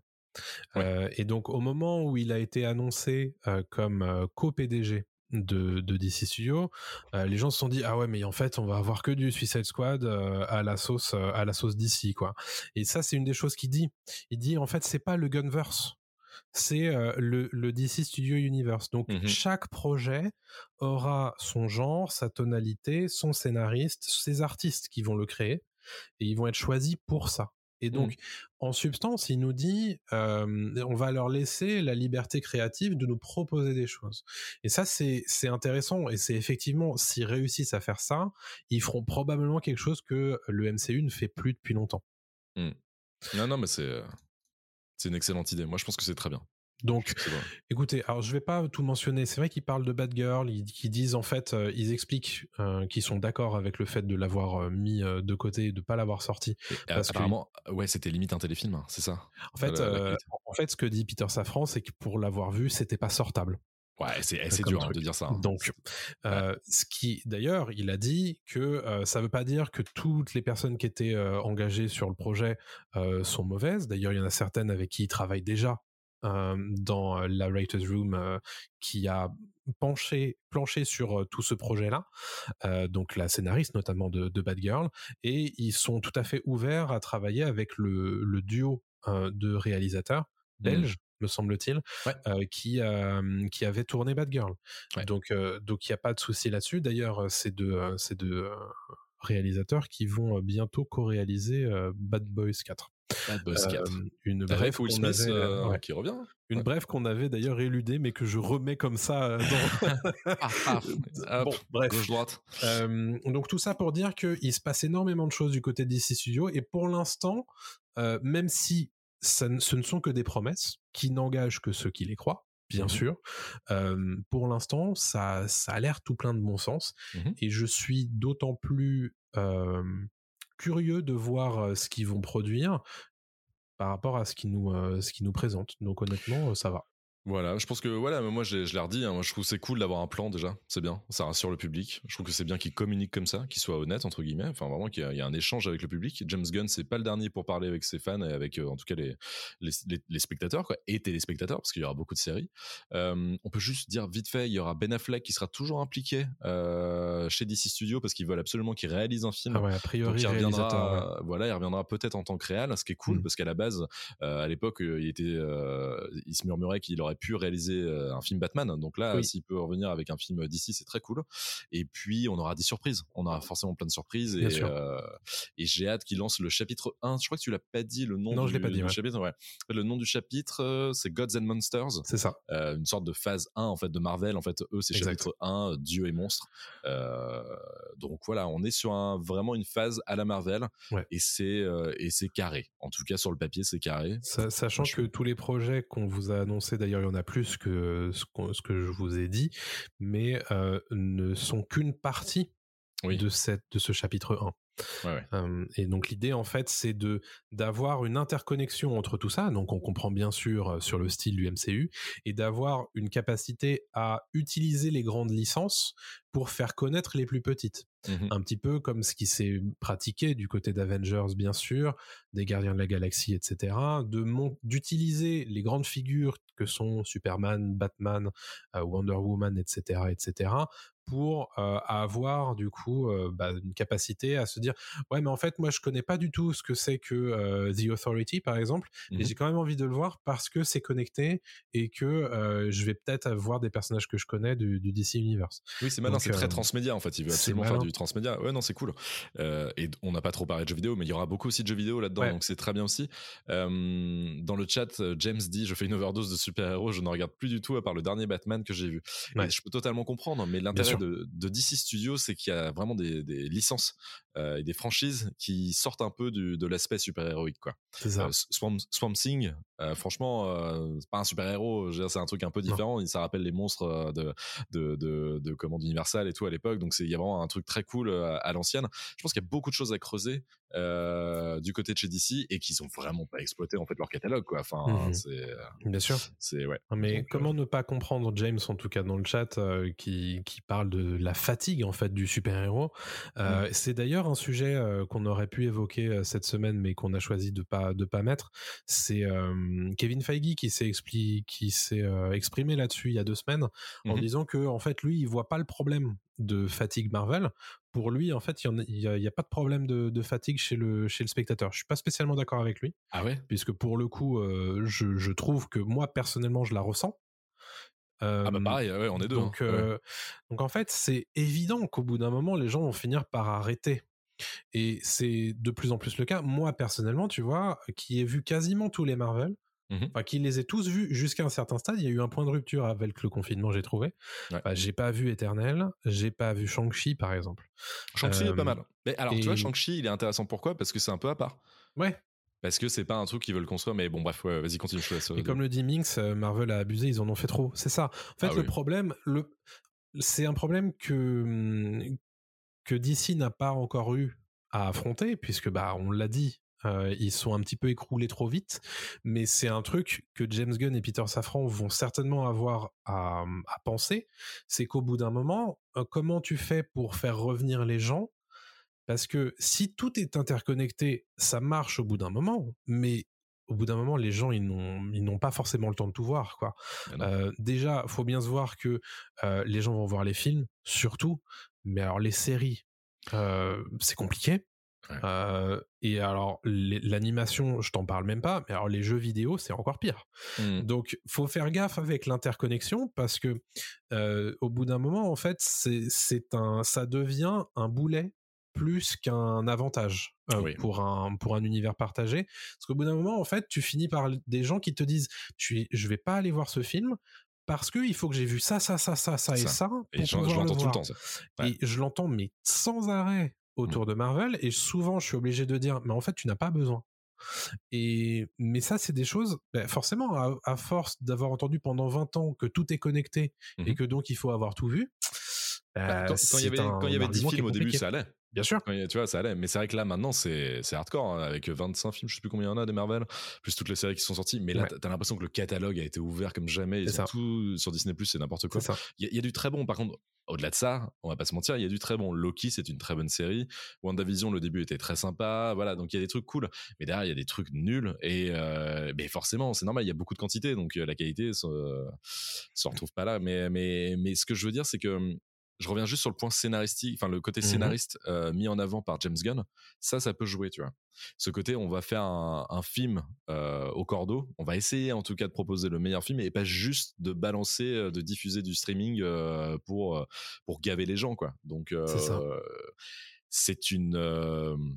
Et donc, au moment où il a été annoncé comme co-PDG de DC Studios, les gens se sont dit ah ouais, mais en fait on va avoir que du Suicide Squad à la sauce DC, quoi. Et ça, c'est une des choses qu'il dit. Il dit en fait c'est pas le Gunverse, c'est le DC Studio Universe. Donc chaque projet aura son genre, sa tonalité, son scénariste, ses artistes qui vont le créer, et ils vont être choisis pour ça. Et donc, en substance, il nous dit, on va leur laisser la liberté créative de nous proposer des choses. Et ça, c'est intéressant. Et c'est effectivement, s'ils réussissent à faire ça, ils feront probablement quelque chose que le MCU ne fait plus depuis longtemps. Non, mais c'est une excellente idée. Moi, je pense que c'est très bien. Donc, écoutez, alors je vais pas tout mentionner. C'est vrai qu'ils parlent de Batgirl, qu'ils disent en fait, ils expliquent qu'ils sont d'accord avec le fait de l'avoir mis de côté et de pas l'avoir sorti. Parce apparemment, ouais, c'était limite un téléfilm, hein, c'est ça. En fait, ce que dit Peter Safran, c'est que pour l'avoir vu, c'était pas sortable. Ouais, c'est dur de dire ça. Hein. Donc, ce qui, d'ailleurs, il a dit que ça veut pas dire que toutes les personnes qui étaient engagées sur le projet sont mauvaises. D'ailleurs, il y en a certaines avec qui il travaille déjà dans la Writers Room qui a planché sur tout ce projet-là, donc la scénariste notamment de Batgirl, et ils sont tout à fait ouverts à travailler avec le duo de réalisateurs belges, me semble-t-il, qui avait tourné Batgirl. Donc il y a pas de souci là-dessus. D'ailleurs, c'est deux réalisateurs qui vont bientôt co-réaliser Bad Boys 4. Bad Boys 4. Une brève Will qu'on Smith avait, qui revient. Une brève qu'on avait d'ailleurs éludée, mais que je remets comme ça dans... Bon, bref. Gauche-droite. Donc tout ça pour dire qu'il se passe énormément de choses du côté de DC Studios, et pour l'instant, même si ce ne sont que des promesses qui n'engagent que ceux qui les croient, bien sûr, pour l'instant ça a l'air tout plein de bon sens, et je suis d'autant plus curieux de voir ce qu'ils vont produire par rapport à ce qu'ils nous présentent. Donc honnêtement, ça va. Voilà, je pense que moi je l'ai redit, hein, moi je trouve que c'est cool d'avoir un plan déjà, c'est bien, ça rassure le public. Je trouve que c'est bien qu'ils communiquent comme ça, qu'ils soient honnêtes entre guillemets, enfin vraiment qu'il y a un échange avec le public. James Gunn, c'est pas le dernier pour parler avec ses fans et avec en tout cas les spectateurs, quoi, et téléspectateurs, parce qu'il y aura beaucoup de séries. On peut juste dire vite fait, il y aura Ben Affleck qui sera toujours impliqué chez DC Studios parce qu'ils veulent absolument qu'il réalise un film. Ah ouais, a priori, il reviendra peut-être en tant que réal, ce qui est cool parce qu'à la base, à l'époque, il se murmurait qu'il aurait pu réaliser un film Batman, donc là s'il peut revenir avec un film DC, c'est très cool. Et puis on aura des surprises, on aura forcément plein de surprises, et j'ai hâte qu'il lance le chapitre 1. Je crois que tu l'as pas dit le nom. Non, je l'ai pas dit. Chapitre, le nom du chapitre, c'est Gods and Monsters, c'est ça, une sorte de phase 1 en fait de Marvel. En fait, eux, c'est chapitre 1, Dieu et monstres. Donc voilà, on est sur vraiment une phase à la Marvel, et c'est carré, en tout cas sur le papier c'est carré, sachant que tous les projets qu'on vous a annoncés, d'ailleurs il y en a plus que ce que je vous ai dit, mais ne sont qu'une partie de ce chapitre 1. Et donc l'idée en fait c'est d'avoir une interconnexion entre tout ça, donc on comprend bien sûr sur le style du MCU, et d'avoir une capacité à utiliser les grandes licences pour faire connaître les plus petites. Un petit peu comme ce qui s'est pratiqué du côté d'Avengers, bien sûr, des Gardiens de la Galaxie, etc., d'utiliser les grandes figures que sont Superman, Batman, Wonder Woman, etc., pour avoir du coup une capacité à se dire ouais, mais en fait moi je connais pas du tout ce que c'est que The Authority par exemple, et j'ai quand même envie de le voir parce que c'est connecté et que je vais peut-être avoir des personnages que je connais du DC Universe. Oui, c'est malin, c'est très transmédia en fait, il veut absolument faire du transmédia. Ouais, non, c'est cool. Et on n'a pas trop parlé de jeux vidéo, mais il y aura beaucoup aussi de jeux vidéo là-dedans, donc c'est très bien aussi. Dans le chat, James dit je fais une overdose de super-héros, je ne regarde plus du tout à part le dernier Batman que j'ai vu. Et je peux totalement comprendre, mais l'intérêt de DC Studios, c'est qu'il y a vraiment des licences et des franchises qui sortent un peu de l'aspect super-héroïque, quoi. C'est ça. Swamp Thing, franchement, c'est pas un super-héros, je veux dire, c'est un truc un peu différent. Ça rappelle les monstres de comment, d'Universal et tout à l'époque, donc il y a vraiment un truc très cool à l'ancienne. Je pense qu'il y a beaucoup de choses à creuser du côté de chez DC et qu'ils ont vraiment pas exploité en fait leur catalogue, quoi. Enfin, bien sûr. C'est ouais. Mais donc, comment ne pas comprendre James, en tout cas dans le chat, qui parle de la fatigue en fait du super-héros. C'est d'ailleurs un sujet qu'on aurait pu évoquer cette semaine, mais qu'on a choisi de pas mettre. C'est Kevin Feige qui s'est exprimé là-dessus il y a 2 semaines en disant que en fait lui il voit pas le problème de fatigue Marvel. Pour lui, en fait, il y a pas de problème de fatigue chez le spectateur. Je suis pas spécialement d'accord avec lui. Ah ouais? Puisque pour le coup, je trouve que moi personnellement, je la ressens. Ah bah pareil, ouais, on est deux. Donc, donc en fait, c'est évident qu'au bout d'un moment, les gens vont finir par arrêter. Et c'est de plus en plus le cas. Moi personnellement, tu vois, qui ai vu quasiment tous les Marvel. Enfin, qui les ai tous vus jusqu'à un certain stade. Il y a eu un point de rupture avec le confinement, j'ai trouvé. J'ai pas vu Éternel, j'ai pas vu Shang-Chi par exemple. Shang-Chi est pas mal. Mais alors, tu vois, Shang-Chi, il est intéressant. Pourquoi? Parce que c'est un peu à part. Ouais. Parce que c'est pas un truc qu'ils veulent construire, mais bon, bref, ouais, vas-y, continue. Et comme le dit Minx, Marvel a abusé, ils en ont fait trop. C'est ça. En fait, le problème, c'est un problème que DC n'a pas encore eu à affronter, puisque on l'a dit. Ils sont un petit peu écroulés trop vite, mais c'est un truc que James Gunn et Peter Safran vont certainement avoir à penser, c'est qu'au bout d'un moment, comment tu fais pour faire revenir les gens? Parce que si tout est interconnecté, ça marche au bout d'un moment, mais au bout d'un moment, les gens, ils n'ont pas forcément le temps de tout voir, quoi. Déjà, faut bien se voir que les gens vont voir les films, surtout, mais alors les séries, c'est compliqué. Et alors l'animation, je t'en parle même pas, mais alors les jeux vidéo, c'est encore pire. Donc faut faire gaffe avec l'interconnexion, parce que au bout d'un moment, en fait, ça devient un boulet plus qu'un avantage pour un univers partagé, parce qu'au bout d'un moment, en fait, tu finis par des gens qui te disent je vais pas aller voir ce film parce que il faut que j'ai vu ça et ça pour je pouvoir le l'entends voir. tout le temps, ça. Et je l'entends mais sans arrêt autour de Marvel, et souvent je suis obligé de dire mais en fait tu n'as pas besoin. Mais ça, c'est des choses, forcément, à force d'avoir entendu pendant 20 ans que tout est connecté et que donc il faut avoir tout vu. Quand il y avait 10 films au début, ça allait. Bien sûr. Tu vois, ça allait. Mais c'est vrai que là, maintenant, c'est hardcore, hein, avec 25 films, je sais plus combien il y en a des Marvel, plus toutes les séries qui sont sorties. Mais là, t'as l'impression que le catalogue a été ouvert comme jamais. Ils ont tout sur Disney+, c'est n'importe quoi. Il y a du très bon. Par contre, au-delà de ça, on va pas se mentir, il y a du très bon. Loki, c'est une très bonne série. WandaVision, le début était très sympa. Voilà, donc il y a des trucs cool. Mais derrière, il y a des trucs nuls. Et mais forcément, c'est normal, il y a beaucoup de quantité. Donc la qualité se retrouve pas là. Mais ce que je veux dire, c'est que je reviens juste sur le point scénaristique, enfin le côté scénariste mis en avant par James Gunn. Ça peut jouer, tu vois. Ce côté, on va faire un film au cordeau. On va essayer en tout cas de proposer le meilleur film et pas juste de balancer, de diffuser du streaming pour gaver les gens, quoi. Donc c'est une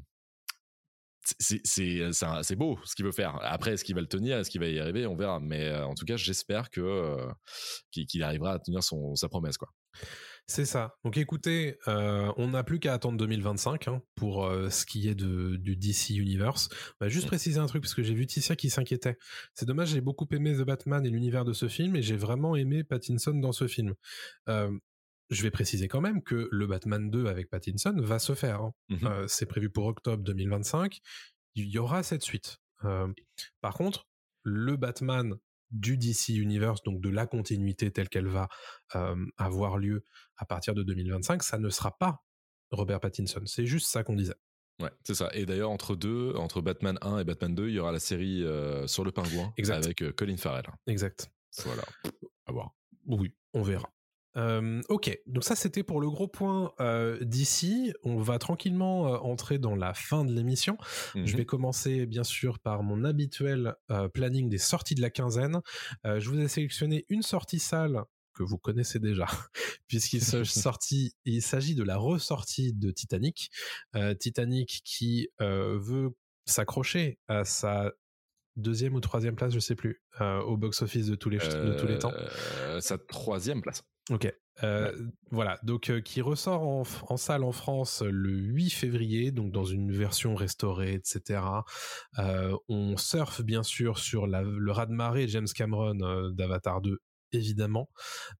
c'est beau ce qu'il veut faire. Après, est-ce qu'il va le tenir, est-ce qu'il va y arriver, on verra. Mais en tout cas, j'espère qu'il arrivera à tenir sa promesse, quoi. C'est ça. Donc écoutez, on n'a plus qu'à attendre 2025 pour ce qui est du DC Universe. On va juste préciser un truc, parce que j'ai vu Tissia qui s'inquiétait. C'est dommage, j'ai beaucoup aimé The Batman et l'univers de ce film, et j'ai vraiment aimé Pattinson dans ce film. Je vais préciser quand même que le Batman 2 avec Pattinson va se faire. C'est prévu pour octobre 2025. Il y aura cette suite. Par contre, le Batman du DC Universe, donc de la continuité telle qu'elle va avoir lieu à partir de 2025, ça ne sera pas Robert Pattinson. C'est juste ça qu'on disait. Ouais, c'est ça. Et d'ailleurs, entre Batman 1 et Batman 2, il y aura la série sur le pingouin avec Colin Farrell. Exact. Voilà, à voir. Oui, on verra. Ok, donc ça c'était pour le gros point d'ici. On va tranquillement entrer dans la fin de l'émission. Je vais commencer bien sûr par mon habituel planning des sorties de la quinzaine. Je vous ai sélectionné une sortie salle que vous connaissez déjà, puisqu'il s'agit de la ressortie de Titanic. Titanic qui veut s'accrocher à sa 2e ou 3e place, je sais plus, au box-office de tous les temps. Sa 3e place. Ok. Voilà, donc qui ressort en salle en France le 8 février, donc dans une version restaurée, etc. On surfe bien sûr sur le raz-de-marée James Cameron d'Avatar 2, évidemment.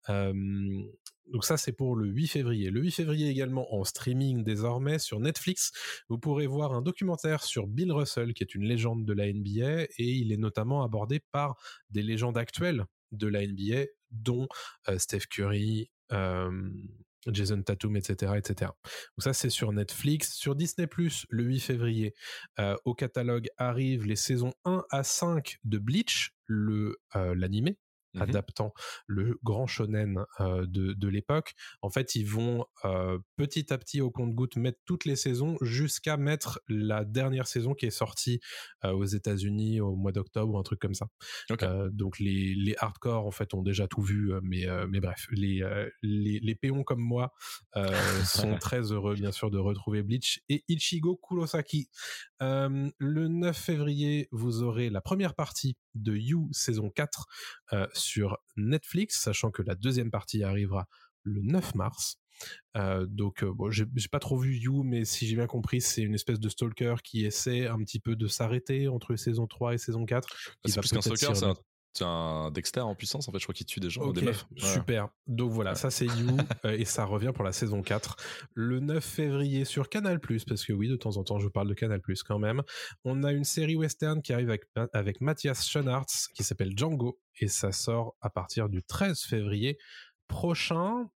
Donc ça, c'est pour le 8 février. Le 8 février également, en streaming désormais, sur Netflix, vous pourrez voir un documentaire sur Bill Russell, qui est une légende de la NBA, et il est notamment abordé par des légendes actuelles de la NBA, dont Steph Curry, Jason Tatum, etc., etc. Donc ça, c'est sur Netflix. Sur Disney+, le 8 février, au catalogue arrivent les saisons 1 à 5 de Bleach, l'animé, adaptant le grand shonen de l'époque. En fait, ils vont petit à petit au compte-gouttes mettre toutes les saisons jusqu'à mettre la dernière saison qui est sortie aux États-Unis au mois d'octobre ou un truc comme ça. Okay. Donc les hardcore en fait ont déjà tout vu, mais bref, les péons comme moi sont très heureux bien sûr de retrouver Bleach et Ichigo Kurosaki. Le 9 février, vous aurez la première partie de You saison 4 sur Netflix, sachant que la deuxième partie arrivera le 9 mars. Donc bon, j'ai pas trop vu You, mais si j'ai bien compris, c'est une espèce de stalker qui essaie un petit peu de s'arrêter entre saison 3 et saison 4. C'est plus qu'un stalker, c'est un Dexter en puissance, en fait, je crois qu'il tue des gens, des meufs. Super. Ouais. Donc voilà, ça c'est You, et ça revient pour la saison 4. Le 9 février sur Canal+, parce que oui, de temps en temps, je vous parle de Canal+, quand même. On a une série western qui arrive avec Matthias Schoenaerts, qui s'appelle Django, et ça sort à partir du 13 février prochain.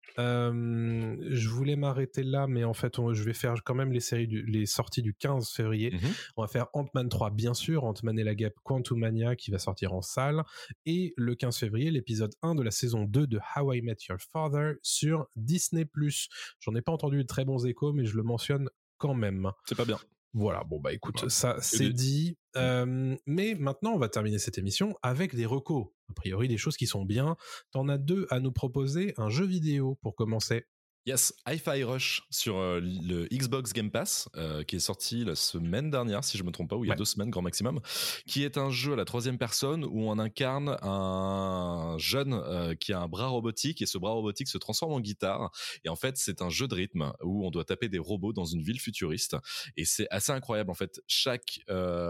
Je voulais m'arrêter là, mais en fait je vais faire quand même les sorties du 15 février. On va faire Ant-Man 3 bien sûr, Ant-Man et la Guêpe Quantumania qui va sortir en salle, et le 15 février l'épisode 1 de la saison 2 de How I Met Your Father sur Disney+. J'en ai pas entendu de très bons échos, mais je le mentionne quand même. C'est pas bien. Voilà, bon bah écoute, ça c'est dit. Mais maintenant on va terminer cette émission avec des recos. A priori des choses qui sont bien. T'en as deux à nous proposer, un jeu vidéo pour commencer. Yes, Hi-Fi Rush sur le Xbox Game Pass qui est sorti la semaine dernière, si je me trompe pas, ou il y a 2 semaines grand maximum, qui est un jeu à la 3e personne où on incarne un jeune qui a un bras robotique, et ce bras robotique se transforme en guitare, et en fait c'est un jeu de rythme où on doit taper des robots dans une ville futuriste, et c'est assez incroyable en fait. Chaque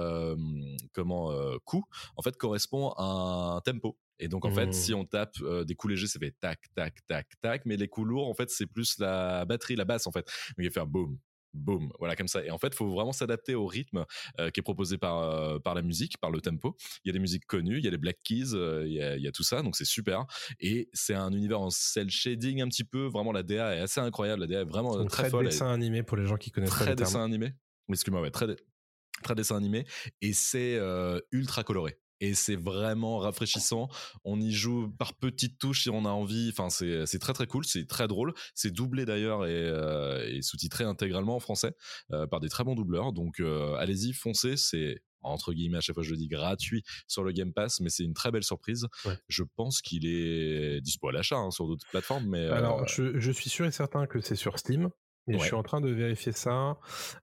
coup en fait correspond à un tempo. Et donc, en fait, si on tape des coups légers, ça fait tac, tac, tac, tac. Mais les coups lourds, en fait, c'est plus la batterie, la basse, en fait. Donc, il va faire boum, boum, voilà, comme ça. Et en fait, il faut vraiment s'adapter au rythme qui est proposé par la musique, par le tempo. Il y a des musiques connues, il y a les Black Keys, il y a tout ça. Donc, c'est super. Et c'est un univers en cel shading un petit peu. Vraiment, la DA est assez incroyable. La DA est vraiment donc, très folle. Très dessin animé pour les gens qui connaissent pas le terme. Très dessin animé. Excuse-moi, ouais, très dessin animé. Et c'est ultra coloré. Et c'est vraiment rafraîchissant. On y joue par petites touches si on a envie. Enfin, c'est très très cool. C'est très drôle. C'est doublé d'ailleurs et sous-titré intégralement en français par des très bons doubleurs. Donc allez-y, foncez. C'est entre guillemets, à chaque fois je le dis, gratuit sur le Game Pass, mais c'est une très belle surprise. Ouais. Je pense qu'il est dispo à l'achat sur d'autres plateformes. Mais alors, je suis sûr et certain que c'est sur Steam. Et je suis en train de vérifier ça.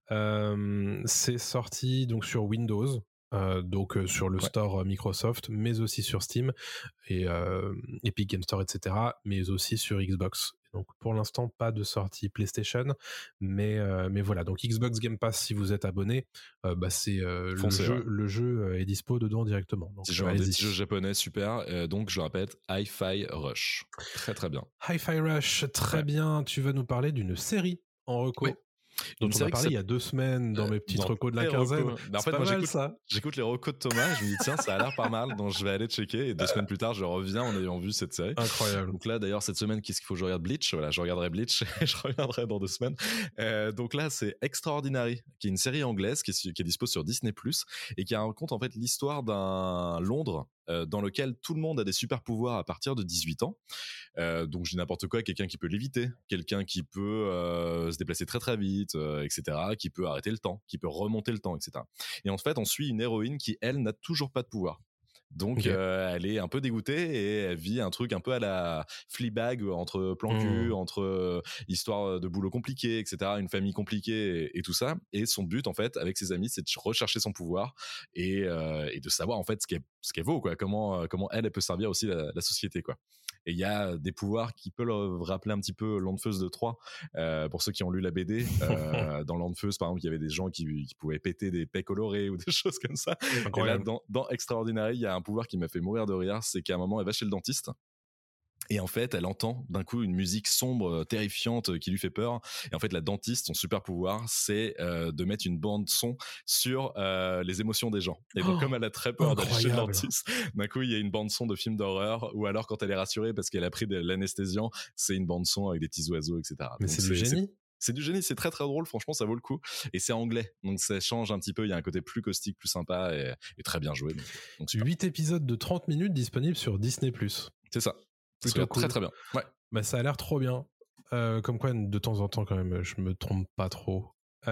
C'est sorti donc sur Windows. Donc sur le store Microsoft, mais aussi sur Steam et Epic Game Store, etc., mais aussi sur Xbox. Donc pour l'instant pas de sortie PlayStation, mais voilà, donc Xbox Game Pass, si vous êtes abonné, c'est le jeu est dispo dedans directement. Donc c'est un des petits jeux japonais super. Donc je répète, Hi-Fi Rush, très très bien. Hi-Fi Rush, très bien. Tu vas nous parler d'une série en reco. Oui. Donc on a parlé il y a 2 semaines dans mes petites recos de la quinzaine. En fait, moi j'écoute les recos de Thomas, je me dis tiens, ça a l'air pas mal, donc je vais aller checker, et 2 semaines plus tard je reviens en ayant vu cette série. Incroyable. Donc là d'ailleurs cette semaine, qu'est-ce qu'il faut que je regarde? Bleach. Voilà, je regarderai Bleach et je reviendrai dans 2 semaines. Donc là c'est Extraordinary, qui est une série anglaise qui est dispo sur Disney+, et qui raconte en fait l'histoire d'un Londres dans lequel tout le monde a des super pouvoirs à partir de 18 ans. Donc je dis n'importe quoi, quelqu'un qui peut léviter, quelqu'un qui peut se déplacer très très vite, etc., qui peut arrêter le temps, qui peut remonter le temps, etc. Et en fait on suit une héroïne qui elle n'a toujours pas de pouvoir. Donc elle est un peu dégoûtée et elle vit un truc un peu à la Fleabag, entre plan cul, entre histoire de boulot compliqué, etc., une famille compliquée et tout ça. Et son but en fait avec ses amis, c'est de rechercher son pouvoir et de savoir en fait ce qu'elle vaut, quoi, comment elle peut servir aussi la société, quoi. Et il y a des pouvoirs qui peuvent rappeler un petit peu L'Enfeuse de Troie, pour ceux qui ont lu la BD. Dans L'Enfeuse, par exemple, il y avait des gens qui pouvaient péter des pets colorés ou des choses comme ça. Incroyable. Et là, dans Extraordinary, il y a un pouvoir qui m'a fait mourir de rire, c'est qu'à un moment, elle va chez le dentiste. Et en fait, elle entend d'un coup une musique sombre, terrifiante, qui lui fait peur. Et en fait, la dentiste, son super pouvoir, c'est de mettre une bande son sur les émotions des gens. Et donc, comme elle a très peur d'aller chez le dentiste, d'un coup, il y a une bande son de film d'horreur. Ou alors, quand elle est rassurée parce qu'elle a pris de l'anesthésiant, c'est une bande son avec des petits oiseaux, etc. Mais donc, c'est du génie. C'est du génie, c'est très très drôle, franchement ça vaut le coup. Et c'est anglais, donc ça change un petit peu, il y a un côté plus caustique, plus sympa et très bien joué. Donc 8 épisodes de 30 minutes disponibles sur Disney+. C'est ça. Plutôt cool. Très très bien. Ouais. Bah ça a l'air trop bien. Comme quoi de temps en temps quand même je me trompe pas trop.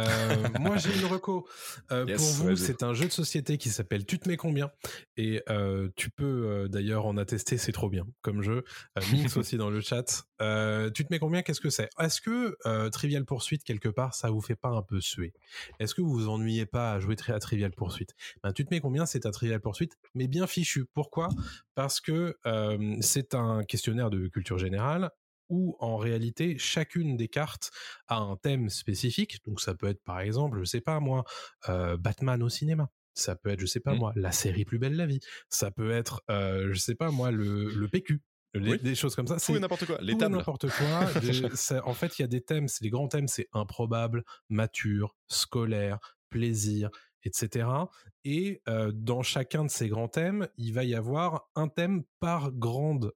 Moi j'ai une reco pour vous, vas-y. C'est un jeu de société qui s'appelle Tu te mets combien, et tu peux d'ailleurs en attester, c'est trop bien comme jeu. Minx aussi dans le chat. Tu te mets combien, qu'est-ce que c'est? Est-ce que Trivial Pursuit quelque part ça vous fait pas un peu suer? Est-ce que vous vous ennuyez pas à jouer à Trivial Pursuit? Tu te mets combien, c'est un Trivial Pursuit mais bien fichu. Pourquoi? Parce que c'est un questionnaire de culture générale où en réalité chacune des cartes a un thème spécifique. Donc ça peut être par exemple, je sais pas moi, Batman au cinéma. Ça peut être, je sais pas moi, la série Plus belle la vie. Ça peut être, je sais pas moi, le PQ. Des choses comme ça. Tout et n'importe quoi. Les tables. N'importe quoi. En fait, il y a des thèmes. Les grands thèmes, c'est improbable, mature, scolaire, plaisir, etc. Et dans chacun de ces grands thèmes, il va y avoir un thème par grande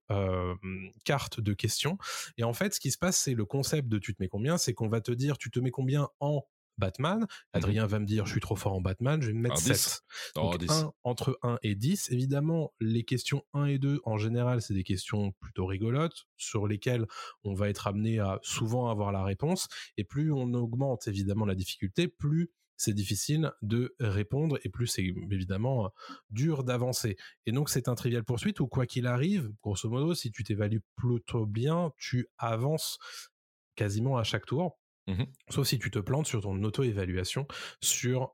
carte de questions. Et en fait, ce qui se passe, c'est le concept de tu te mets combien, c'est qu'on va te dire tu te mets combien en Batman. Adrien va me dire je suis trop fort en Batman, je vais me mettre 7. Donc 10. Entre 1 et 10. Évidemment, les questions 1 et 2, en général, c'est des questions plutôt rigolotes, sur lesquelles on va être amené à souvent avoir la réponse. Et plus on augmente évidemment la difficulté, plus c'est difficile de répondre et plus c'est évidemment dur d'avancer. Et donc c'est un Trivial Pursuit où quoi qu'il arrive, grosso modo, si tu t'évalues plutôt bien, tu avances quasiment à chaque tour. Sauf si tu te plantes sur ton auto-évaluation sur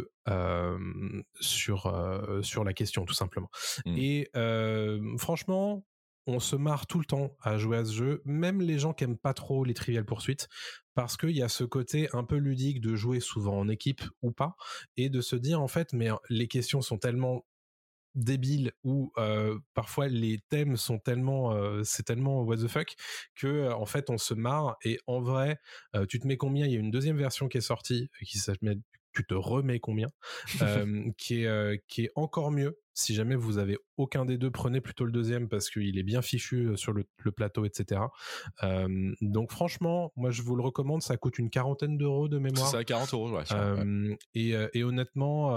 sur la question tout simplement. Et franchement, on se marre tout le temps à jouer à ce jeu, même les gens qui aiment pas trop les Trivial Pursuit, parce qu'il y a ce côté un peu ludique de jouer souvent en équipe ou pas, et de se dire en fait, mais les questions sont tellement débiles ou parfois les thèmes sont tellement c'est tellement what the fuck que en fait on se marre. Et en vrai, tu te mets combien, il y a une deuxième version qui est sortie qui s'appelle tu te remets combien, qui est encore mieux. Si jamais vous avez aucun des deux, prenez plutôt le deuxième parce qu'il est bien fichu sur le plateau, etc. Donc franchement, moi je vous le recommande, ça coûte une 40aine d'euros de mémoire. C'est à 40 euros, ouais. Et honnêtement,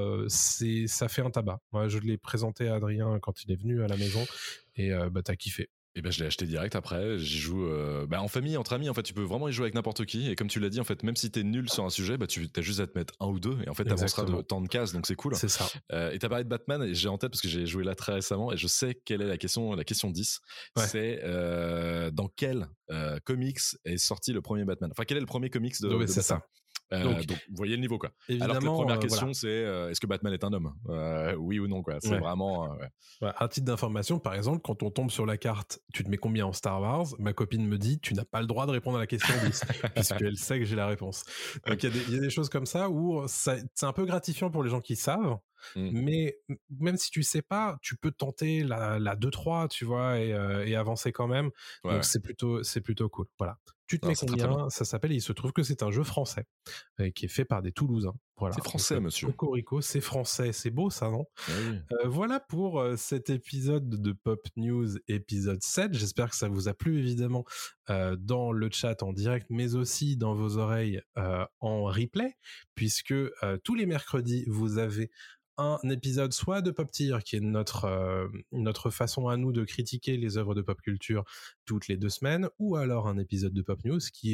ça fait un tabac. Moi je l'ai présenté à Adrien quand il est venu à la maison et t'as kiffé. Et ben je l'ai acheté direct après, j'y joue en famille, entre amis, en fait tu peux vraiment y jouer avec n'importe qui, et comme tu l'as dit en fait, même si t'es nul sur un sujet, tu t'as juste à te mettre un ou deux et en fait t'avanceras de tant de cases, donc c'est cool. C'est ça. Et t'as parlé de Batman et j'ai en tête parce que j'ai joué là très récemment et je sais quelle est la question 10. Ouais. C'est dans quel comics est sorti le premier Batman, enfin quel est le premier comics de Batman. C'est ça. Donc vous voyez le niveau quoi. Alors que la première question c'est est-ce que Batman est un homme, oui ou non quoi. C'est vraiment un titre d'information, par exemple, quand on tombe sur la carte tu te mets combien en Star Wars, ma copine me dit tu n'as pas le droit de répondre à la question 10 puisqu'elle sait que j'ai la réponse. Donc il y a des choses comme ça où c'est un peu gratifiant pour les gens qui savent. Mais même si tu sais pas, tu peux tenter la 2-3, tu vois, et avancer quand même. Donc c'est plutôt cool. Voilà. Tu te mets combien, ça s'appelle, et il se trouve que c'est un jeu français qui est fait par des Toulousains. Voilà. C'est français, monsieur. Cocorico, c'est français, c'est beau ça, non? Oui. Voilà pour cet épisode de Pop News, épisode 7. J'espère que ça vous a plu, évidemment, dans le chat en direct, mais aussi dans vos oreilles en replay, puisque tous les mercredis, vous avez un épisode soit de Pop Tier, qui est notre façon à nous de critiquer les œuvres de pop culture toutes les 2 semaines, ou alors un épisode de Pop News qui est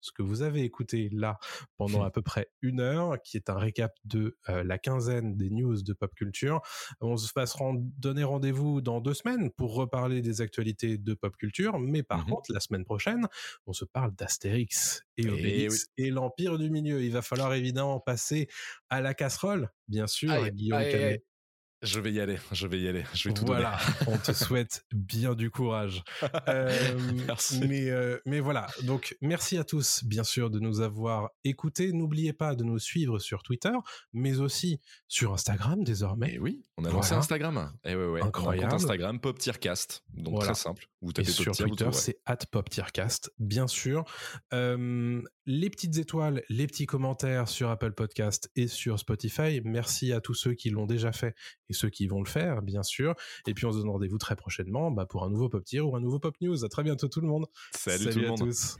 ce que vous avez écouté là pendant à peu près 1 heure, qui est un récap de la quinzaine des news de pop culture. On se va se donner rendez-vous dans 2 semaines pour reparler des actualités de pop culture, mais par contre, la semaine prochaine, on se parle d'Astérix et Obélix et l'Empire du Milieu. Il va falloir évidemment passer à la casserole, bien sûr, Guillaume Canet. Je vais y aller, je vais tout donner. Voilà, on te souhaite bien du courage. Merci. Mais voilà, donc merci à tous, bien sûr, de nous avoir écoutés. N'oubliez pas de nous suivre sur Twitter, mais aussi sur Instagram désormais. Et oui, on a lancé Instagram. Et ouais. Incroyable. On a un compte Instagram, PopTiercast. Donc très simple. Vous tapez et sur Twitter, c'est @PopTiercast, bien sûr. Les petites étoiles, les petits commentaires sur Apple Podcast et sur Spotify. Merci à tous ceux qui l'ont déjà fait et ceux qui vont le faire, bien sûr. Et puis on se donne rendez-vous très prochainement pour un nouveau Pop Tier ou un nouveau Pop News. À très bientôt tout le monde. Salut tout le monde. À tous.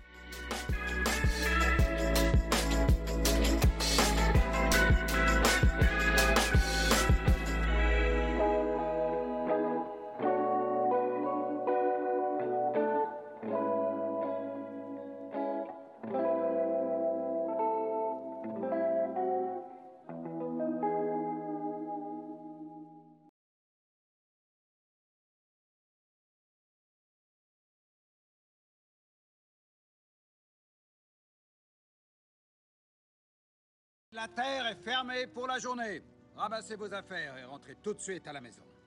La terre est fermée pour la journée. Ramassez vos affaires et rentrez tout de suite à la maison.